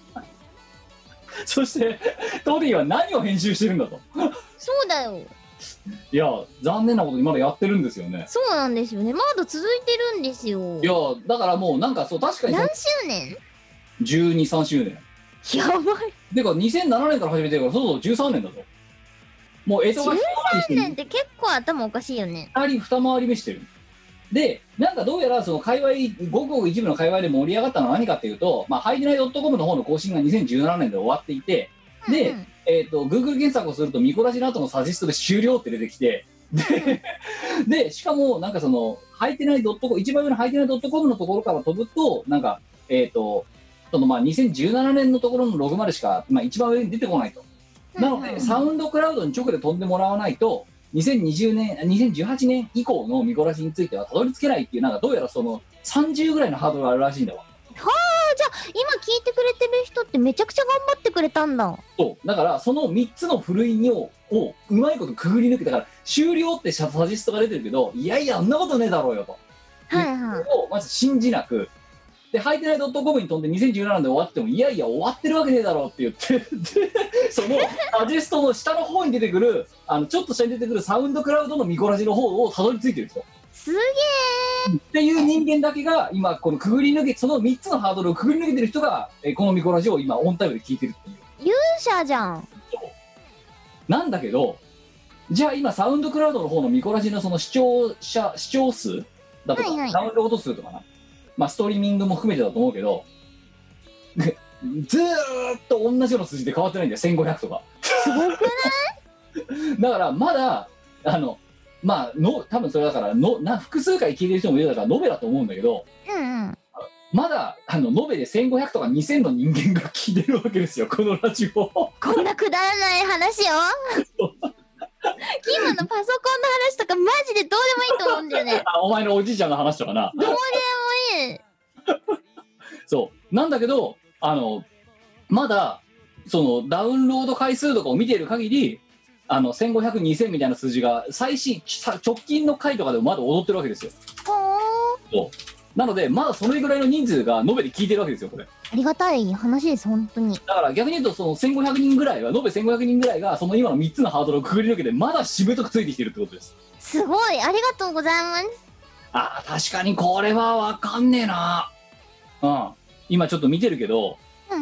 そしてトディは何を編集してるんだと。 そうだよ。 いや残念なことにまだやってるんですよね。 そうなんですよね。まだ続いてるんですよ。 いやだからもうなんかそう確かに何周年 ?12、3周年。 やばい。 でか2007年から始めてるからそう13年だぞ。もう 13年って結構頭おかしいよね。 2回り目してる。でなんかどうやらその界隈ごくごく一部の界隈で盛り上がったのは何かっていうと、ハイデナイ .com の方の更新が2017年で終わっていて、で、Google 検索をするとミコラジの後のサジェストで終了って出てきて、でしかもなんかそのハイテナイ .com 一番上のハイテナイ .com のところから飛ぶとなんかその2017年のところのログまでしか、一番上に出てこないと。なので、サウンドクラウドに直で飛んでもらわないと2018年以降のミコラジについてはたどり着けないっていう、なんかどうやらその30ぐらいのハードルがあるらしいんだわ。 じゃあ今聞いてくれてる人ってめちゃくちゃ頑張ってくれたんだ。 そうだからその3つのふるいをうまいことくぐり抜けたから終了ってサジェストが出てるけど、いやいやあんなことねえだろうよと、をまず信じなく、でハイテナイ .com に飛んで2017年で終わってもいやいや終わってるわけねえだろうって言ってでそのサジェストの下の方に出てくるちょっと下に出てくるサウンドクラウドのミコラジの方をたどり着いてる人。 すげえ。 っていう人間だけが今このくぐり抜け、その3つのハードルをくぐり抜けてる人が、このミコラジを今オンタイムで聞いてるっていう。 勇者じゃん。 なんだけど、じゃあ今サウンドクラウドの方のミコラジのその視聴数だとか、ダウンロード数とかな、まあストリーミングも含めてだと思うけど、ずーっと同じような数字で変わってないんだよ。1500とか。 すごくない？ だからまだまあ多分それだから複数回聞いてる人もいるだから延べだと思うんだけど、まだ延べで1500とか2000の人間が聞いてるわけですよ、このラジオ。こんなくだらない話よ。キムのパソコンの話とかマジでどうでもいいと思うんだよね。 お前のおじいちゃんの話とかな。 どうでもいい。 そうなんだけど、まだそのダウンロード回数とかを見ている限り、1500、2000みたいな数字が直近の回とかでもまだ踊ってるわけですよ。そうなのでまだそれぐらいの人数が延べで聞いてるわけですよ、これ。 ありがたい話です、本当に。 だから逆に言うと、その1500人ぐらいは、延べ1500人ぐらいがその今の3つのハードルをくぐり抜けてまだしぶとくついてきてるってことです。 すごい、ありがとうございます。 確かにこれは分かんねえな。今ちょっと見てるけど、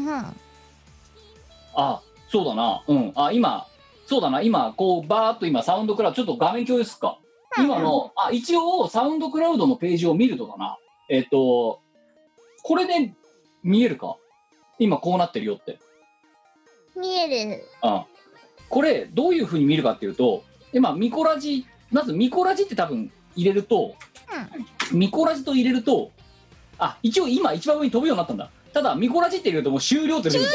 そうだな、今そうだな、今こうバーっと今サウンドクラウドちょっと画面共有すっか。今の一応サウンドクラウドのページを見るとかな、これで見えるか。今こうなってるよって。 見える。 これどういう風に見るかっていうと、今ミコラジ、まずミコラジって多分入れると、ミコラジと入れると、一応今一番上に飛ぶようになったんだ。ただミコラジって入れるともう終了って出る。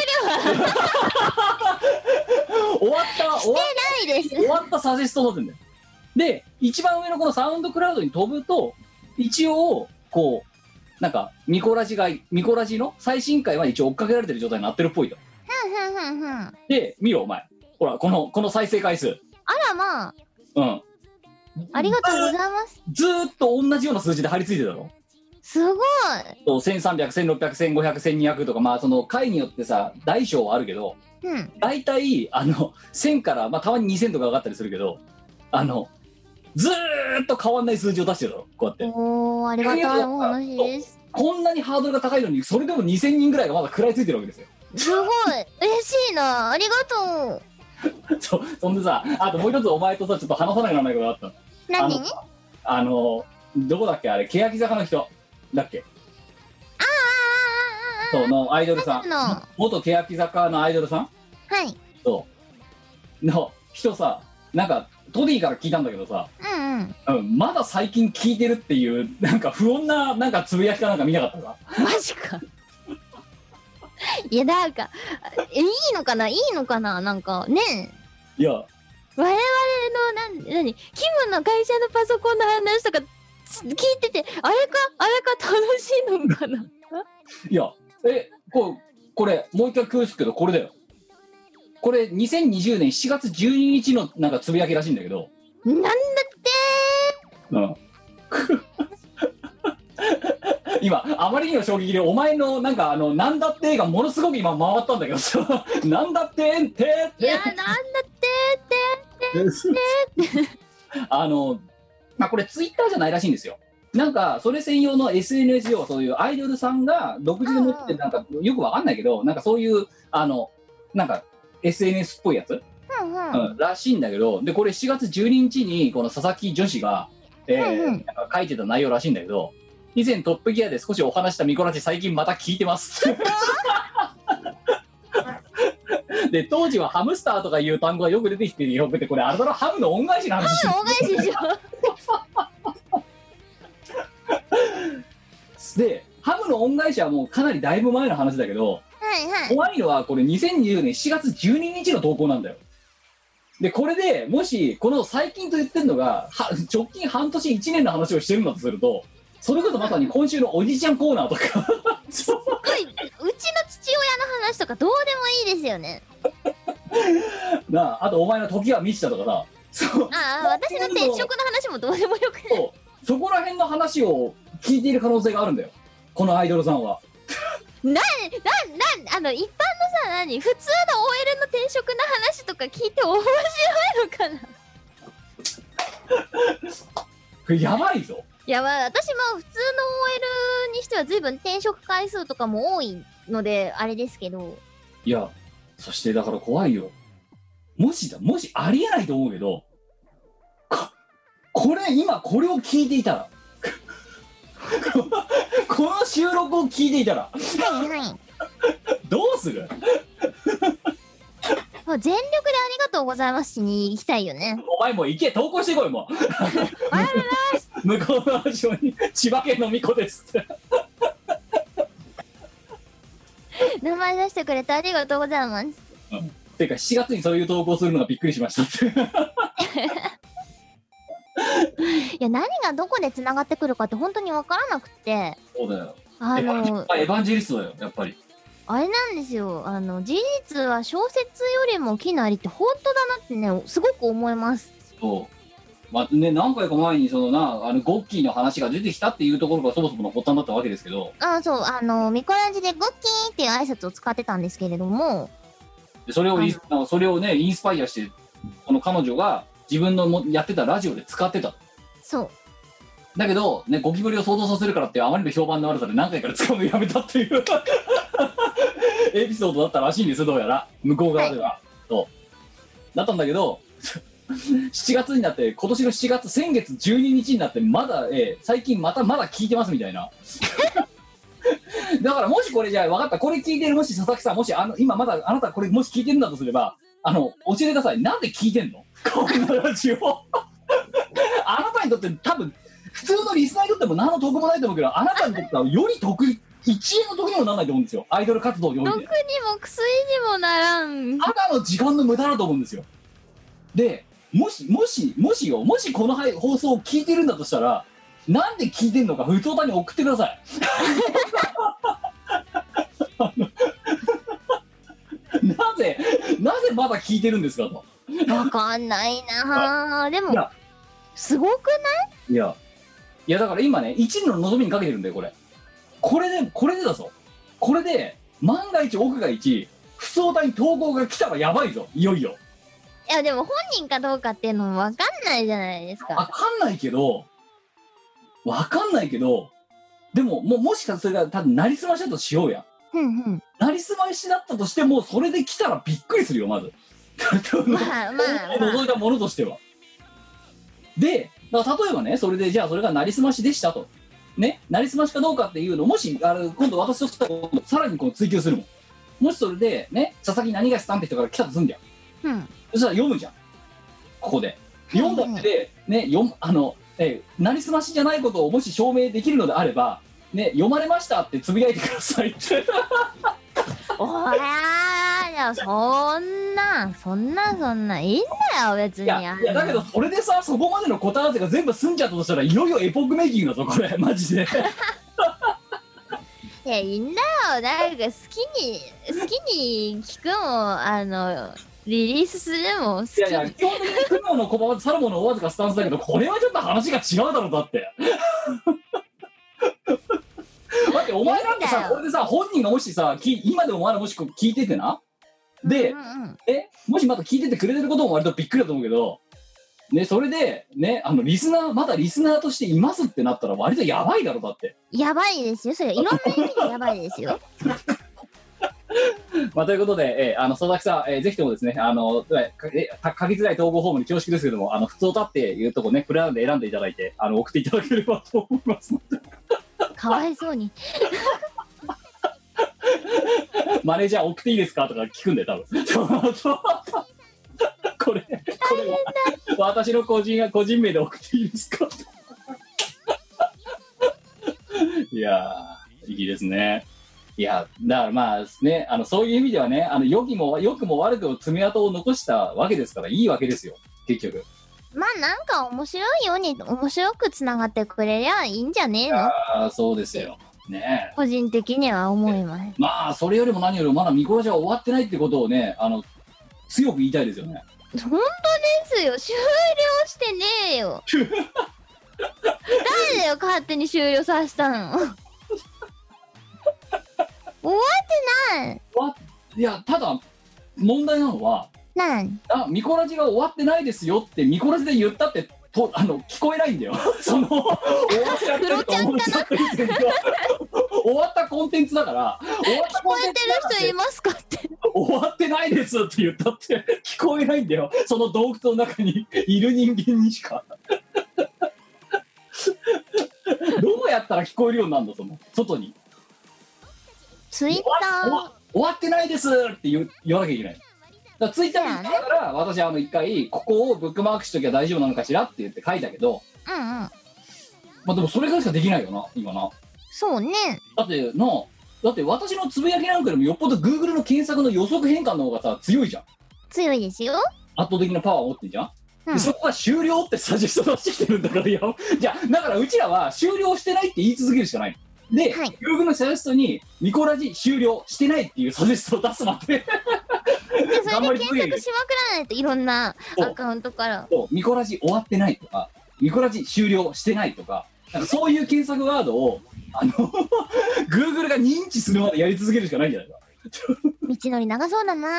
終わったサジェストになってんだよ。で一番上のこのサウンドクラウドに飛ぶと、一応こうなんかミコラジの最新回は一応追っかけられてる状態になってるっぽいと。で見ろお前、ほらこの再生回数。 あらまあ。ありがとうございます。 ずーっと同じような数字で張り付いてたろ。 すごい。 1300、1600、1500、1200とか、まあその回によってさ大小はあるけど、大体1000からたまに2000とか上がったりするけど、ずーっと変わんない数字を出してるだろ、こうやって。 ありがたいお話です。 こんなにハードルが高いのに、それでも2000人ぐらいがまだ食らいついてるわけですよ。 すごい嬉しいな、ありがとう。 そんでさ、あともう一つお前とさちょっと話さなきゃならないことがあったの。 何？ どこだっけ、あれ欅坂の人だっけ。そうのアイドルさん、元欅坂のアイドルさん、の人さ、なんかトディから聞いたんだけどさ、まだ最近聞いてるっていうなんか不穏ななんかつぶやきかなんか見なかったか。 マジか。いやなんかいいのかな、なんかね。 いや我々の何キムの会社のパソコンの話とか聞いてて、あれか楽しいのかな。 いやこれもう一回共有するけど、これだよ。これ2020年7月12日のなんかつぶやきらしいんだけど。 なんだって 。今あまりにも衝撃でお前のなんかなんだってがものすごく今回ったんだけどさ、なんだってって、 いやなんだってこれツイッターじゃないらしいんですよ。なんかそれ専用の SNS 用、そういうアイドルさんが独自で持ってる、なんかよくわかんないけど、なんかそういうなんか SNS っぽいやつ、らしいんだけど、でこれ7月12日にこの佐々木女子が、なんか書いてた内容らしいんだけど、以前トップギアで少しお話したミコラジ最近また聞いてますで当時はハムスターとかいう単語がよく出てきてよくて、これあれだろ、ハムの恩返しの話してる。 恩返しでしょでハムの恩返しはもうかなりだいぶ前の話だけど、怖いのはこれ2020年7月12日の投稿なんだよ。でこれでもしこの最近と言ってるのが直近半年1年の話をしてるんだとすると、それこそまさに今週のおじいちゃんコーナーとかすっごい、うちの父親の話とかどうでもいいですよね。 あとお前の時は満ちたとかさ、 私の転職の話もどうでもよくない。 そこら辺の話を聞いている可能性があるんだよ、このアイドルさんは。 一般のさ、普通の OL の転職の話とか聞いて面白いのかな。 これやばいぞ。 いや、まあ私も普通の OL にしては随分転職回数とかも多いのであれですけど。 いや、そしてだから怖いよ。もしありえないと思うけど、今これを聞いていたらこの収録を聞いていたらはいはい。 どうする？ 全力でありがとうございますしに行きたいよね。 お前もう行け、投稿してこいもう。向こうのラジオに千葉県のみこですって名前出してくれてありがとうございます。 てか7月にそういう投稿するのがびっくりしましたっていや、何がどこでつながってくるかって本当に分からなくて。 そうだよ。エヴァンジェリストだよ、やっぱり。 あれなんですよ。事実は小説よりも木なりって本当だなってね、すごく思います。 そう。まあね、何回か前にゴッキーの話が出てきたっていうところがそもそもの発端だったわけですけど。 そう、ミコラジでゴッキーっていう挨拶を使ってたんですけれども。 それをね、インスパイアして、この彼女が自分のやってたラジオで使ってた。 そう。 だけど、ね、ゴキブリを想像させるからってあまりの評判の悪さで何回から使うのやめたっていうエピソードだったらしいんですよ、どうやら向こう側では、はい、そうだったんだけど7月になって、今年の7月、先月12日になってまだ、最近まだ聞いてますみたいなだからもしこれじゃあ分かった、これ聞いてるもし佐々木さん、もし今まだあなたこれもし聞いてるんだとすれば教えてください。なんで聞いてんのこんなラジオあなたにとって多分普通のリスナーにとっても何の得もないと思うけど、あなたにとってはより得、1円の得にもならないと思うんですよ、アイドル活動において。 得にも薬にもならん。 ただの時間の無駄だと思うんですよ。で、もしこの放送を聞いてるんだとしたら、なんで聞いてんのか普通歌に送ってくださいなぜまだ聞いてるんですかと。 わかんないな。でもすごくない？ いやだから今ね、一縷の望みにかけてるんだよ、これでだぞ。これで万が一奥が一普通歌に投稿が来たらやばいぞ、いよいよ。 いやでも本人かどうかっていうのもわかんないじゃないですか。 わかんないけどでももしかしたらそれが多分なりすましだとしようや。なりすましだったとしても、それで来たらびっくりするよ、まずまあ覗いたものとしては。で、だから例えばね、それでじゃあそれがなりすましでしたとね、なりすましかどうかっていうのをもし今度私としたらさらにこの追求するもん。もしそれでね、佐々木何がしたんって人から来たとすんじゃん。そしたら読むじゃん、ここで読んだってで、ね、なりすましじゃないことをもし証明できるのであればね、読まれましたってつぶやいてくださいっておやー、いやそんないいんだよ別に。いやだけどそれでさ、そこまでの答え合わせが全部済んじゃったとしたら、いよいよエポックメイキングだぞこれマジでいやいいんだよ、なんか好きに聞くもリリースするも好き。 いや基本的に雲の拒まず去るもの追わずかスタンスだけど、これはちょっと話が違うだろう。だって待って、お前なんてさ、これでさ、本人がもしさ、今でもお前らもし聞いててな、で、もしまた聞いててくれてることも割とびっくりだと思うけどね、それでね、まだリスナーとしていますってなったら割とやばいだろ。だってやばいですよ、それいろんな意味でやばいですよまあ、ということで、佐々木さん、ぜひともですね、書きづらい投稿フォームに恐縮ですけども、普通歌っていうとこね、プランで選んでいただいて、送っていただければと思いますのでかわいそうにマネージャー送っていいですかとか聞くんで、多分これは私の個人名で送っていいですかいやー、いいですね。いやだからまあね、そういう意味ではね、良くも悪くも爪痕を残したわけですから、いいわけですよ結局。 まあなんか面白いように面白くつながってくれりゃいいんじゃねえの。 ああ、そうですよね、 個人的には思います。 まあそれよりも何よりもまだミコラジは終わってないってことをね、強く言いたいですよね。 本当ですよ、終了してねえよ誰だよ勝手に終了させたの終わってない。 いや、ただ問題なのは、ミコラジが終わってないですよってミコラジで言ったって聞こえないんだよその終わっちゃってると思っちゃってるけど終わったコンテンツだから終わったコンテンツだから聞こえてる人いますかって終わってないですって言ったって聞こえないんだよ、その洞窟の中にいる人間にしかどうやったら聞こえるようになるの、その外に。 ツイッター終わってないですって言わなきゃいけない。だからツイッターにだから私一回ここをブックマークしときゃ大丈夫なのかしらって言って書いたけど、 うんうん。 まあでもそれぐらいしかできないよな今な。 そうね。 だって私のつぶやきなんかよりもよっぽど Google の検索の予測変換の方がさ強いじゃん。 強いですよ。 圧倒的なパワーを持ってんじゃん、 うんでそこが終了ってサジェスト出してきてるんだから、いやじゃあだからうちらは終了してないって言い続けるしかないで、 はい、 Google のサジェストにミコラジ終了してないっていうサジェストを出すまででそれで検索しまくらないといろんなアカウントからミコラジ終わってないとかミコラジ終了してないとか、なんかそういう検索ワードをGoogle が認知するまでやり続けるしかないんじゃないか道のり長そうだな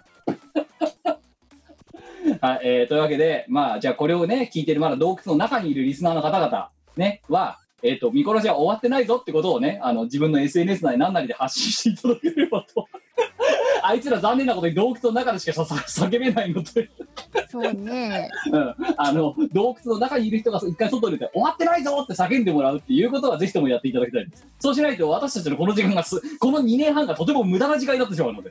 はい、というわけで、まあじゃあこれをね聞いてるまだ洞窟の中にいるリスナーの方々ねはミコラジは終わってないぞってことをね自分の SNS なり何なりで発信していただければとあいつら残念なことに洞窟の中でしか叫べないのでそうね、 うん、洞窟の中にいる人が一回外に出て終わってないぞって叫んでもらうっていうことはぜひともやっていただきたいです。そうしないと私たちのこの時間がこの2年半がとても無駄な時間になってしまうので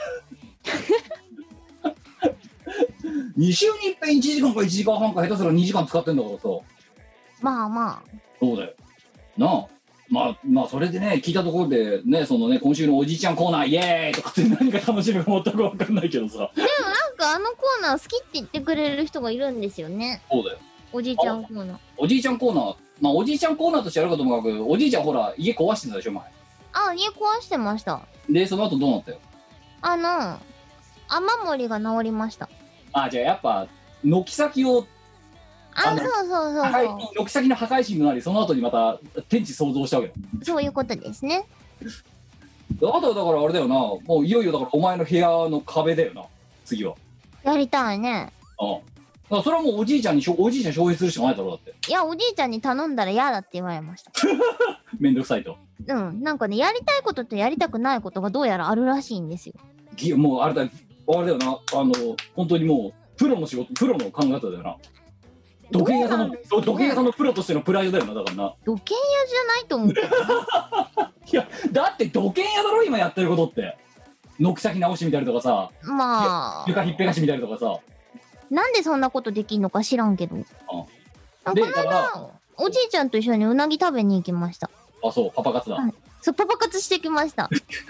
2週に一遍1時間か1時間半か下手すら2時間使ってんだからさ。 まあまあそうだよなあ。まあそれでね聞いたところでねそのね今週のおじいちゃんコーナーイエーイとかって何が楽しいのか全く分かんないけどさ。 でもなんかコーナー好きって言ってくれる人がいるんですよね。 そうだよ。 おじいちゃんコーナー。 おじいちゃんコーナー、まあおじいちゃんコーナーとしてやるかともかくおじいちゃんほら家壊してたでしょ前。 あ、家壊してました。 でその後どうなったよ。 雨漏りが治りました。 あ、じゃあやっぱ軒先をそうそう軒先の破壊神となりその後にまた天地創造したわけだ。 そういうことですね。 あとはだからあれだよな、もういよいよだからお前の部屋の壁だよな次は。 やりたいね。 だからそれはもうおじいちゃん消費するしかないだろうだって。 いやおじいちゃんに頼んだら嫌だって言われましためんどくさいと。 うんなんかねやりたいこととやりたくないことがどうやらあるらしいんですよ。 もうあれだよな本当にもうプロの仕事プロの考え方だよな。土建屋さんのプロとしてのプライドだよな。だからな土建屋じゃないと思うけどいやだって土建屋だろ今やってることって。軒先直してみたりとかさ、 まあ床ひっぺがしみたりとかさ、 なんでそんなことできんのか知らんけど。こので間おじいちゃんと一緒にうなぎ食べに行きました。 あ、そうパパ活だ、 はい、そうパパ活してきました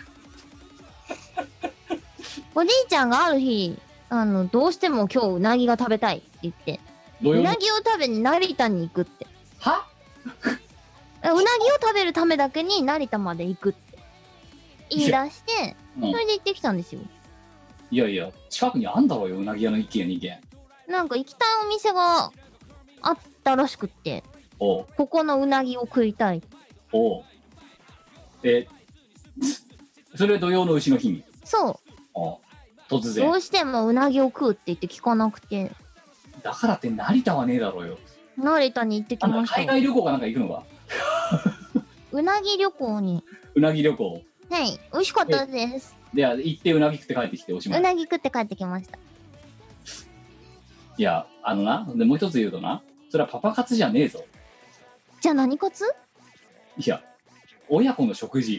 おじいちゃんがある日どうしても今日うなぎが食べたいって言ってうなぎを食べに成田に行くって。 はうなぎを食べるためだけに成田まで行くって言い出して、それで行ってきたんですよ。 いやいや近くにあんだろうようなぎ屋の1軒2軒。 なんか行きたいお店があったらしくって、ここのうなぎを食いたい。 それ土曜の牛の日に。 そう突然どうしてもうなぎを食うって言って聞かなくて、 だからって成田はねえだろうよ。 成田に行ってきました。 海外旅行かなんか行くのかうなぎ旅行に。 うなぎ旅行。 はい、美味しかったです。 で行ってうなぎ食って帰ってきておしまい。 うなぎ食って帰ってきました。 いやでもう一つ言うとな、それはパパ活じゃねえぞ。 じゃあ何活？ いや親子の食事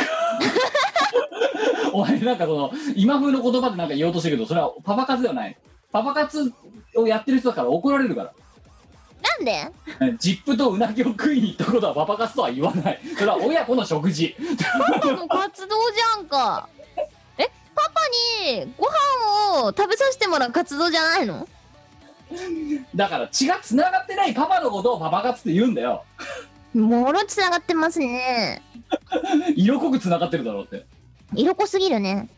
お前なんかその今風の言葉でなんか言おうとしてるけど、それはパパ活ではない。パパ活をやってる人だから怒られるから。 なんで？ ジップとうなぎを食いに行ったことはパパ活とは言わない。それは親子の食事。 パパの活動じゃんか。パパにご飯を食べさせてもらう活動じゃないの？ だから血がつながってないパパのことをパパ活って言うんだよ。 もろつながってますね。 色濃くつながってるだろうって。 色濃すぎるね。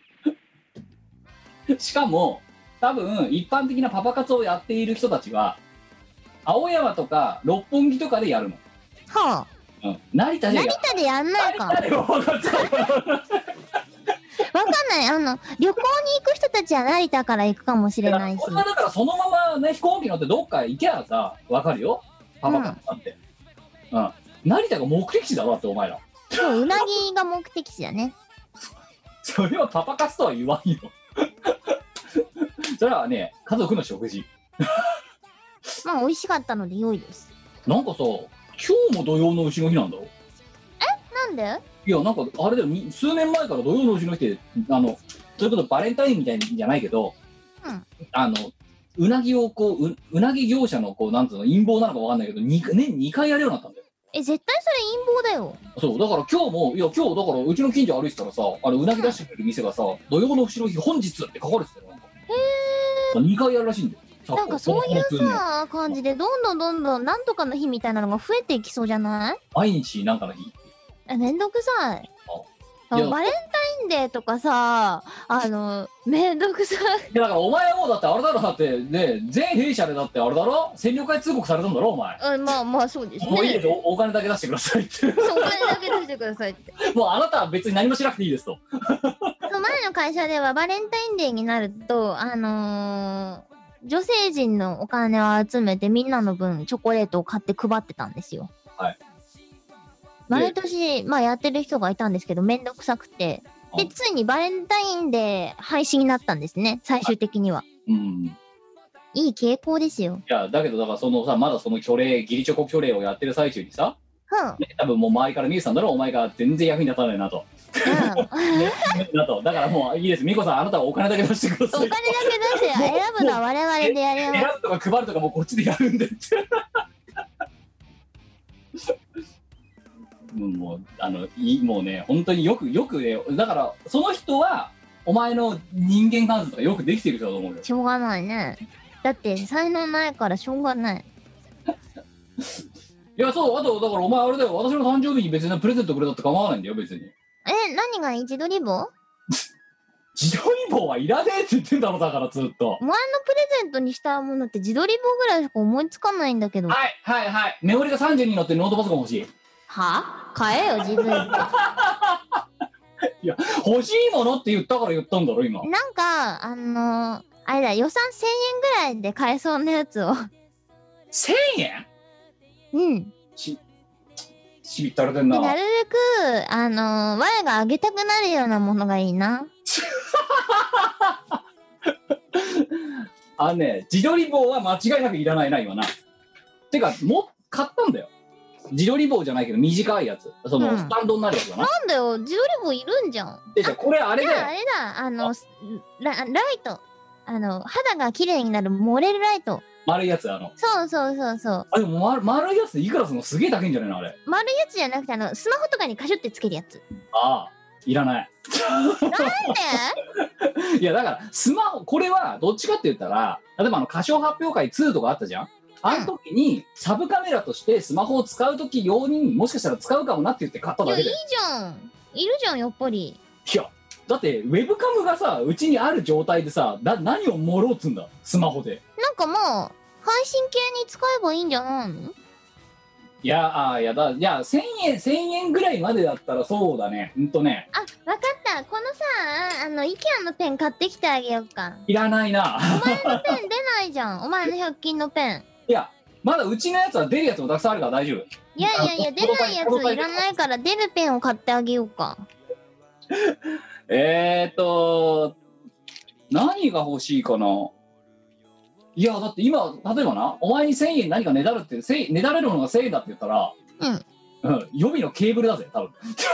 しかも多分一般的なパパ活をやっている人たちは青山とか六本木とかでやるの。 はあ。 成田でやんないか。 成田でパパ活私かんない。旅行に行く人たちは成田から行くかもしれないし。 俺はだからそのままね飛行機乗ってどっか行けばさわかるよ。パパパって。うん。成田が目的地だろだってお前ら。 そう、うなぎが目的地だね。 それはパパ活とは言わんよ。それはね家族の食事。 まあ美味しかったので良いです。 なんかさ今日も土曜の牛の日なんだろ。 なんで？ いやなんかあれだよ数年前から土曜の牛の日ってそれこそバレンタインみたいじゃないけど、 うん、 うなぎをこううなぎ業者のこうなんつうの陰謀なのかわかんないけど年2回やるようになったんだよ。 絶対それ陰謀だよ。 そうだから今日だからうちの近所歩いてたらさうなぎ出してくれる店がさ、土曜の牛の日本日って書かれてたよ。なんかへえ。2回やるらしいんだよ。 なんかそういうさ感じでどんどんなんとかの日みたいなのが増えていきそうじゃない？ 毎日なんかの日。 めんどくさい。バレンタインデーとかさめんどくさい。 いやだからお前はもうだってあれだろだってね全弊社でだってあれだろ占領会通告されたんだろお前。 まあそうですね。 もういいですお金だけ出してくださいって。そうお金だけ出してくださいって。 もうあなたは別に何もしなくていいですと。 そう前の会社ではバレンタインデーになると女性陣のお金を集めてみんなの分チョコレートを買って配ってたんですよ。 はい。 毎年やってる人がいたんですけどめんどくさくて、でついにバレンタインデー廃止になったんですね最終的には。いい傾向ですよ。 いやだけどだからそのさまだその虚礼義理チョコ虚礼をやってる最中にさ、多分もう周りから見えてたんだろお前が全然役に立たないなと。だからもういいです美子さんあなたはお金だけ出してください。 お金だけ出して選ぶのは我々でやります。 選ぶとか配るとかもうこっちでやるんでって。もうもうね本当によくねだからその人はお前の人間観察とかよくできてる人だと思うよ。 しょうがないね。だって才能ないからしょうがない。 いやそうあとだからお前あれだよ私の誕生日に別にプレゼントくれたって構わないんだよ別に。 何がいい自撮り棒？ 自撮り棒はいらねえって言ってんだろだからずっと。 お前のプレゼントにしたものって自撮り棒ぐらいしか思いつかないんだけど。 はいメモリが30に乗ってノートパソコン欲しい。 は？買えよ自分で。 いや欲しいものって言ったから言ったんだろ今。 なんかあれだ予算1000円ぐらいで買えそうなやつを。 1000円？うん。しびったれてんな。 なるべく我があげたくなるようなものがいいな。 自撮り棒は間違いなくいらないな今な。てか買ったんだよ。自撮り棒じゃないけど短いやつスタンドになるやつだな。 なんだよ自撮り棒いるんじゃん。 これあれだよ。 ライト肌が綺麗になる漏れるライト。 丸いやつそうでも丸いやつでいくらするのすげえ高いんじゃないのあれ。 丸いやつじゃなくてスマホとかにカシュってつけるやつ。 いらない。 なんで？ いやだからスマホこれはどっちかって言ったら例えば歌唱発表会2とかあったじゃん。あの時にサブカメラとしてスマホを使う時用にもしかしたら使うかもなって言って買っただけで。 いやいいじゃんいるじゃんやっぱり。 いやだってウェブカムがさうちにある状態でさ何を盛ろうっつんだスマホで。 なんかもう配信系に使えばいいんじゃないの？ いや1000円ぐらいまでだったらそうだねわかったこのさIKEA のペン買ってきてあげようか。 いらないな。 お前のペン出ないじゃんお前の100均のペン。 いやまだうちのやつは出るやつもたくさんあるから大丈夫。 いや出ないやついらないから出るペンを買ってあげようか。 何が欲しいかな。いやだって今例えばなお前に1000円何かねだるってねだれるものが1000円だって言ったら予備のケーブルだぜ多分。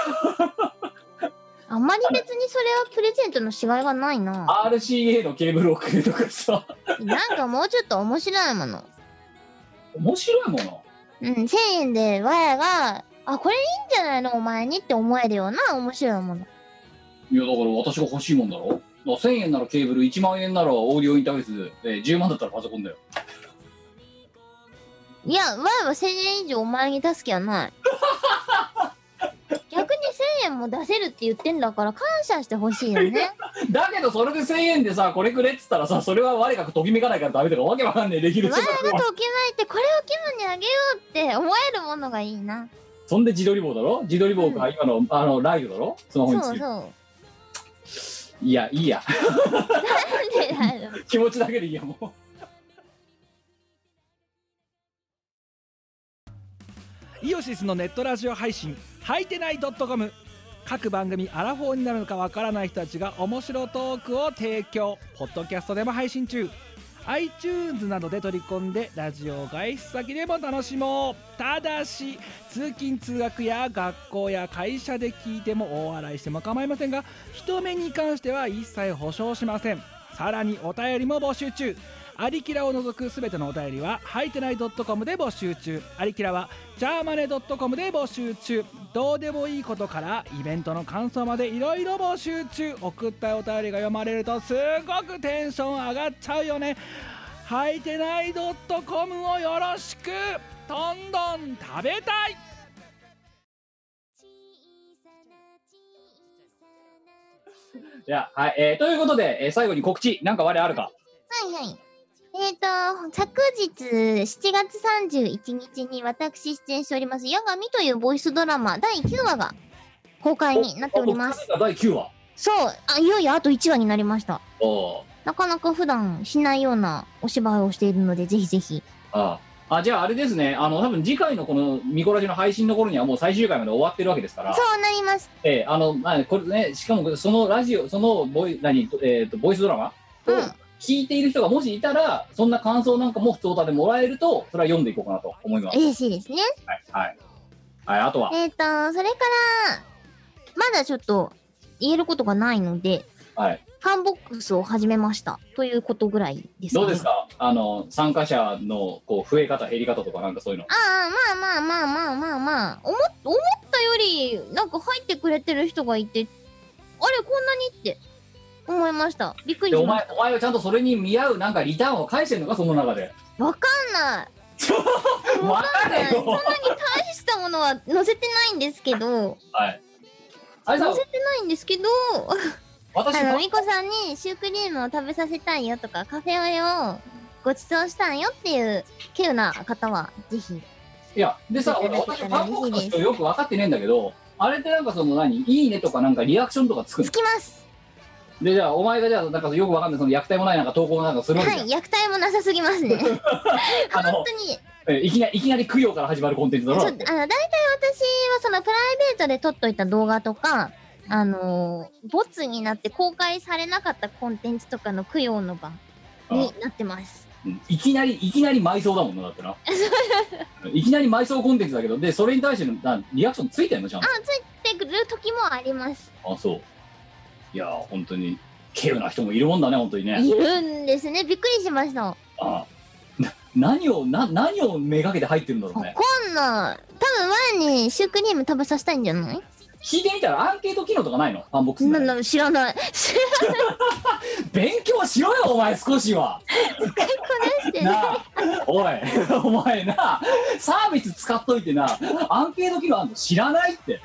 あんまり別にそれはプレゼントのしがいがないな。 RCA のケーブルをくれとかさ。 なんかもうちょっと面白いもの。 面白いもの 1000円で我がこれいいんじゃないのお前にって思えるような面白いもの。 いやだから私が欲しいもんだろ。1000円ならケーブル、1万円ならオーディオインターフェースで、10万だったらパソコンだよ。 いや、我は1000円以上お前に出す気はない。逆に1000円も出せるって言ってんだから感謝してほしいよね。 だけどそれで1000円でさこれくれっつったらさそれは我がときめかないからダメとかわけわかんねえできる。 我がときめいてこれを気分にあげようって思えるものがいいな。 そんで自撮り棒だろ。自撮り棒が今の、ライトだろスマホにつける。 そういやいいやなんでだろう。 気持ちだけでいいやもう。 イオシスのネットラジオ配信はいてない .com、 各番組アラフォーになるのかわからない人たちが面白トークを提供。ポッドキャストでも配信中。 iTunes などで取り込んでラジオ外出先でも楽しもう。ただし通勤通学や学校や会社で聞いても大笑いしても構いませんが、人目に関しては一切保証しません。さらにお便りも募集中。アリキラを除くすべてのお便りははいてない .com で募集中。アリキラはジャーマネ .com で募集中。どうでもいいことからイベントの感想までいろいろ募集中。送ったお便りが読まれるとすごくテンション上がっちゃうよね。はいてない .com をよろしく。どんどん食べたい。 いや、はい、ということで、最後に告知なんか我あるか。 はいはい。昨日7月31日に私出演しておりますヤガミというボイスドラマ第9話が公開になっております。 第9話。 そう、いよいよあと1話になりました。 おなかなか普段しないようなお芝居をしているのでぜひぜひ。 じゃああれですね、多分次回のこのミコラジの配信の頃にはもう最終回まで終わってるわけですから。 そうなります。 これね、しかもそのラジオ、そのボイスドラマを聞いている人がもしいたら、そんな感想なんかも普通歌でもらえると、それは読んでいこうかなと思います。 嬉しいですね。 はいはい、あとはそれからまだちょっと言えることがないので、 はい、 ファンボックスを始めましたということぐらいですね。 どうですか、参加者のこう増え方減り方とかなんかそういうの。 思ったよりなんか入ってくれてる人がいて、あれこんなにって思いました。びっくりしました。 お前はちゃんとそれに見合うなんかリターンを返してるのか、その中で。 わかんないわかんないよ。 そんなに大したものは載せてないんですけど、 はい、あれさ載せてないんですけどミコさんにシュークリームを食べさせたいよとかカフェオレをご馳走したんよっていう稀有な方はぜひ。 いやでさ、私ファンボックスとよく分かってねえんだけど、あれってなんかそのいいねとかなんかリアクションとかつくの？ つきます。 でじゃあお前がじゃあなんかよく分かんないその虐待もないなんか投稿なんかするわけじゃん。 はい、虐待もなさすぎますね本当にいきなり供養から始まるコンテンツだろ。 大体私はそのプライベートで撮っといた動画とかボツになって公開されなかったコンテンツとかの供養の場になってます。 いきなり埋葬だもんな、だってな。いきなり埋葬コンテンツだけど、でそれに対してのリアクションついてんのちゃんと。 ついてくる時もあります。 そう。いや本当に稀有な人もいるもんだね、本当にね。 いるんですね。びっくりしました。 何をめがけて入ってるんだろうね。 こんな多分前にシュークリーム食べさせたいんじゃない？ 聞いてみたらアンケート機能とかないの？ファンボックス知らない勉強しろよお前少しは。 使いこなしてなお前なサービス使っといてなアンケート機能あんの知らないって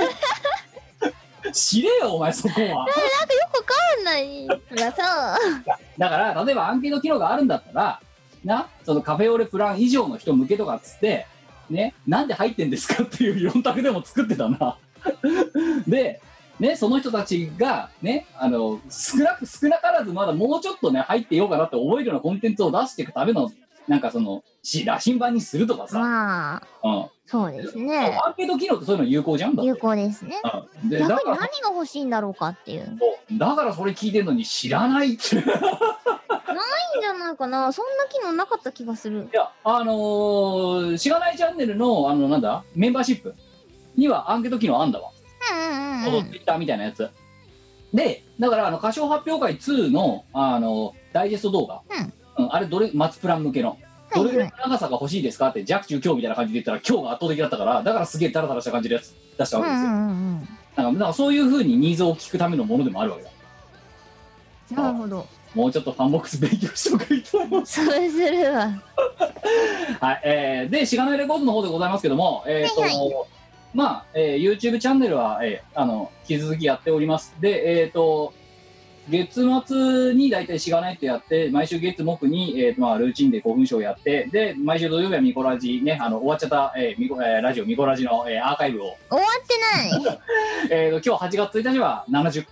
知れよお前そこは。なんかよくわかんないからさ。 だから例えばアンケート機能があるんだったらな、そのカフェオレプラン以上の人向けとかっつってね、なんで入ってんですかっていう4択でも作ってたなでね、その人たちがね、少なからずまだもうちょっとね入ってようかなって思えるようなコンテンツを出していくためのなんかその羅針盤にするとかさ、 そうですね。 アンケート機能ってそういうの有効じゃん。 有効ですね。 で逆に何が欲しいんだろうかっていう。 だからそれ聞いてるのに知らないってないんじゃないかな。そんな機能なかった気がする。 いやしがないチャンネルのなんだメンバーシップにはアンケート機能あんだわ。ツイッターみたいなやつで、だから歌唱発表会2のダイジェスト動画、あれ松プラン向けのどれぐらいの長さが欲しいですかって弱中強みたいな感じで言ったら今日が圧倒的だったから、だからすげえダラダラした感じのやつ出したわけですよ。なんかそういう風にニーズを聞くためのものでもあるわけだ。 なるほど。 もうちょっとファンボックス勉強しておくいいと思う。 そうするわはい、でしがないレコードの方でございますけども、まあ、YouTube チャンネルは、引き続きやっております。で、月末に大体しがないってやって、毎週月木に、ルーチンで5分ショーやって、で、毎週土曜日はミコラジね、終わっちゃった、ラジオミコラジの、アーカイブを。 終わってない今日8月1日は70回を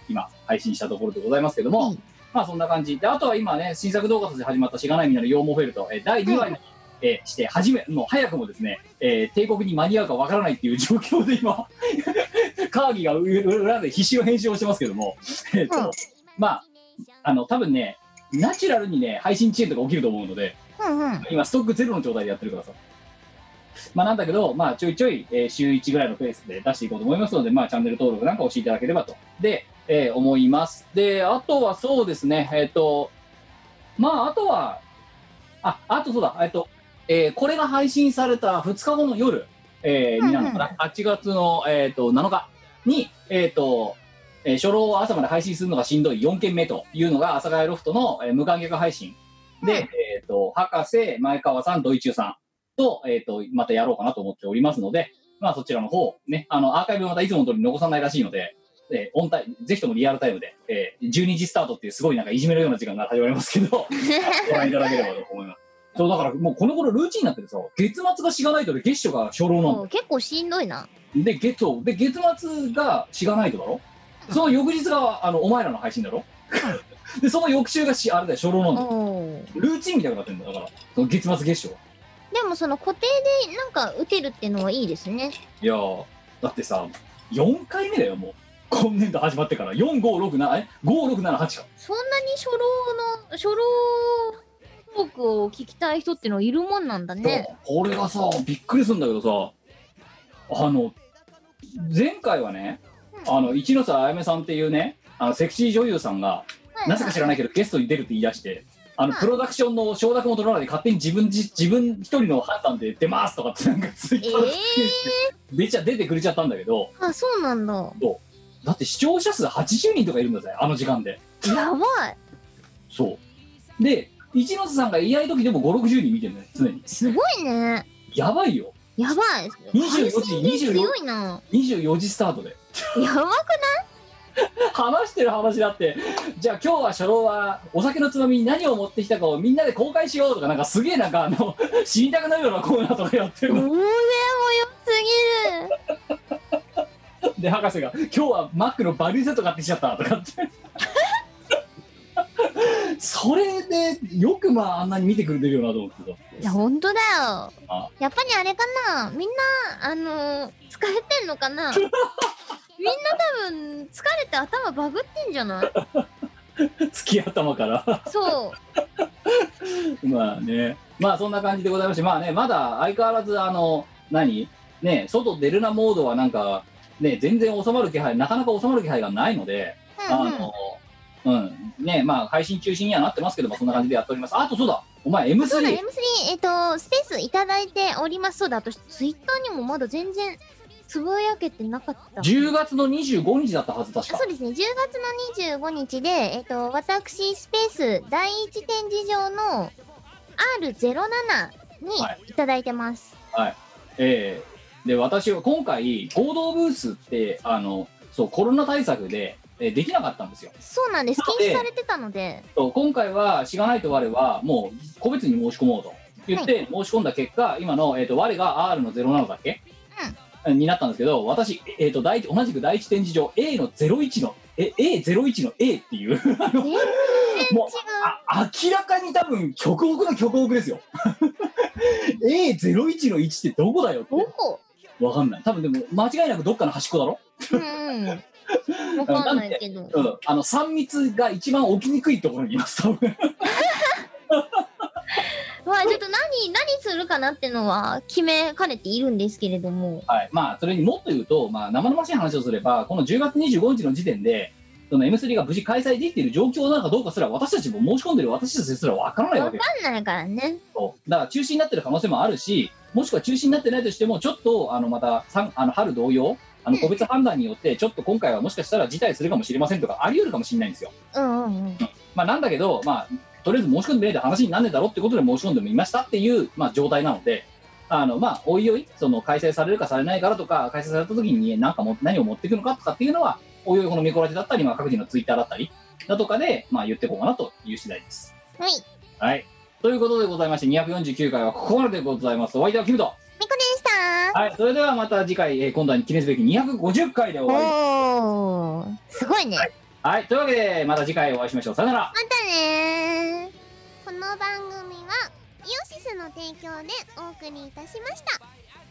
今配信したところでございますけども、まあそんな感じで、あとは今ね新作動画として始まったしがないみんなの羊毛フェルト、第2話に、してもう早くもですね、帝国に間に合うかわからないっていう状況で今カーギーが裏で必死の編集をしてますけども、まあ多分ねナチュラルにね配信遅延とか起きると思うので、今ストックゼロの状態でやってるからさ、まあなんだけど、まあちょいちょい、週1ぐらいのペースで出していこうと思いますので、まあチャンネル登録なんか押していただければとで、思います。であとはそうですね、まああとはあとそうだ、これが配信された2日後の夜、になるのかな、8月の、7日に、初老を朝まで配信するのがしんどい4件目というのが阿佐ヶ谷ロフトの、無観客配信で、博士、前川さん、ドイチューさんと、またやろうかなと思っておりますので、まあそちらの方ね、アーカイブまたいつもの通り残さないらしいので、オンタイムぜひともリアルタイムで、12時スタートっていうすごいなんかいじめのような時間が始まりますけどご覧いただければと思います。そうだからもうこの頃ルーチンになっててさ、月末がしがないとで月初が初老なんだ。 結構しんどいな。 で月末がしがないとだろ、その翌日がお前らの配信だろでその翌週があれだよ初老なんだよ。ルーチンみたいになってるんだだから、その月末月初は。 でもその固定でなんか打てるっていうのはいいですね。 いやーだってさ4回目だよもう今年度始まってから4、5、6、7、5、6、7、8か。 そんなに初老トークを聞きたい人ってのはいるもんなんだね。 これがさびっくりするんだけどさ、前回はね、一ノ瀬あやめさんっていうねセクシー女優さんが、なぜか知らないけどゲストに出るって言い出して、プロダクションの承諾も取らないで勝手に自分一人の判断で出ますとかってなんかツイッターで出てくれちゃったんだけど。 あ、そうなんだ。 だって視聴者数80人とかいるんだぜあの時間で。 やばい。 そうで一ノ瀬さんがいない時でも5、60人見てるね常に。すごいね。 やばいよ。 やばい。 24時スタートで。 やばくない？ 話してる話だって。じゃあ今日は初老はお酒のつまみに何を持ってきたかをみんなで公開しようとか、なんかすげえなんか死にたくなるようなコーナーとかやってるの。 もう良すぎる。で博士が今日はマックのバリューセット買ってきちゃったとかってそれでよくまああんなに見てくれてるよなと思ってた。 いや本当だよ。やっぱりあれかな、みんな疲れてんのかなみんな多分疲れて頭バグってんじゃない月頭からそうまあね、まあそんな感じでございまして、まあねまだ相変わらず外出るなモードはなんかね全然収まる気配、なかなか収まる気配がないので、まあ配信中止にはなってますけども、そんな感じでやっております。あとそうだ、お前 M3 そうだ M3 スペースいただいております。そうだ、私ツイッターにもまだ全然つぶやけてなかった。 10月の25日だったはず。確かそうですね、10月の25日で私スペース第一展示場の R07 にいただいてます。 はい、で私は今回合同ブースってそうコロナ対策でできなかったんですよ。 そうなんです、禁止されてたので。 今回はしがないと我はもう個別に申し込もうと言って申し込んだ結果、今の、我が R の07だっけ、になったんですけど、私、同じく第一展示場 A の01の A01 の A っていうもう明らかに多分極北の極北ですよA01 の1ってどこだよって。 どこわかんない。多分でも間違いなくどっかの端っこだろ。 わかんないけど、 3密が一番起きにくいところにいます多分まあちょっと何するかなっていうのは決めかねているんですけれども、 はい、まあそれにもっと言うと、まあ、生々しい話をすればこの10月25日の時点でその M3 が無事開催できている状況なのかどうかすら私たちも申し込んでる私たちですら分からないわけです。 分かんないからね。 そうだから中止になってる可能性もあるし、もしくは中止になってないとしてもちょっとまた春同様個別判断によってちょっと今回はもしかしたら辞退するかもしれませんとかあり得るかもしれないんですよ。まあなんだけど、まあとりあえず申し込んでみないと話になんねえだろってことで申し込んでみましたっていう、まあ、状態なので、まあおいおいその開催されるかされないからとか、開催された時に何を持っていくのかとかっていうのはおいおいこのミコラジだったり、まあ、各自のツイッターだったりだとかで、まあ、言っていこうかなという次第です。 はい、 はい、ということでございまして249回はここまででございます。お相手はキムとミコでした。 はい、それではまた次回、今度は記念すべき250回でお会いします。 すごいね。 はい、というわけでまた次回お会いしましょう。さよなら。 またねこの番組はイオシスの提供でお送りいたしました。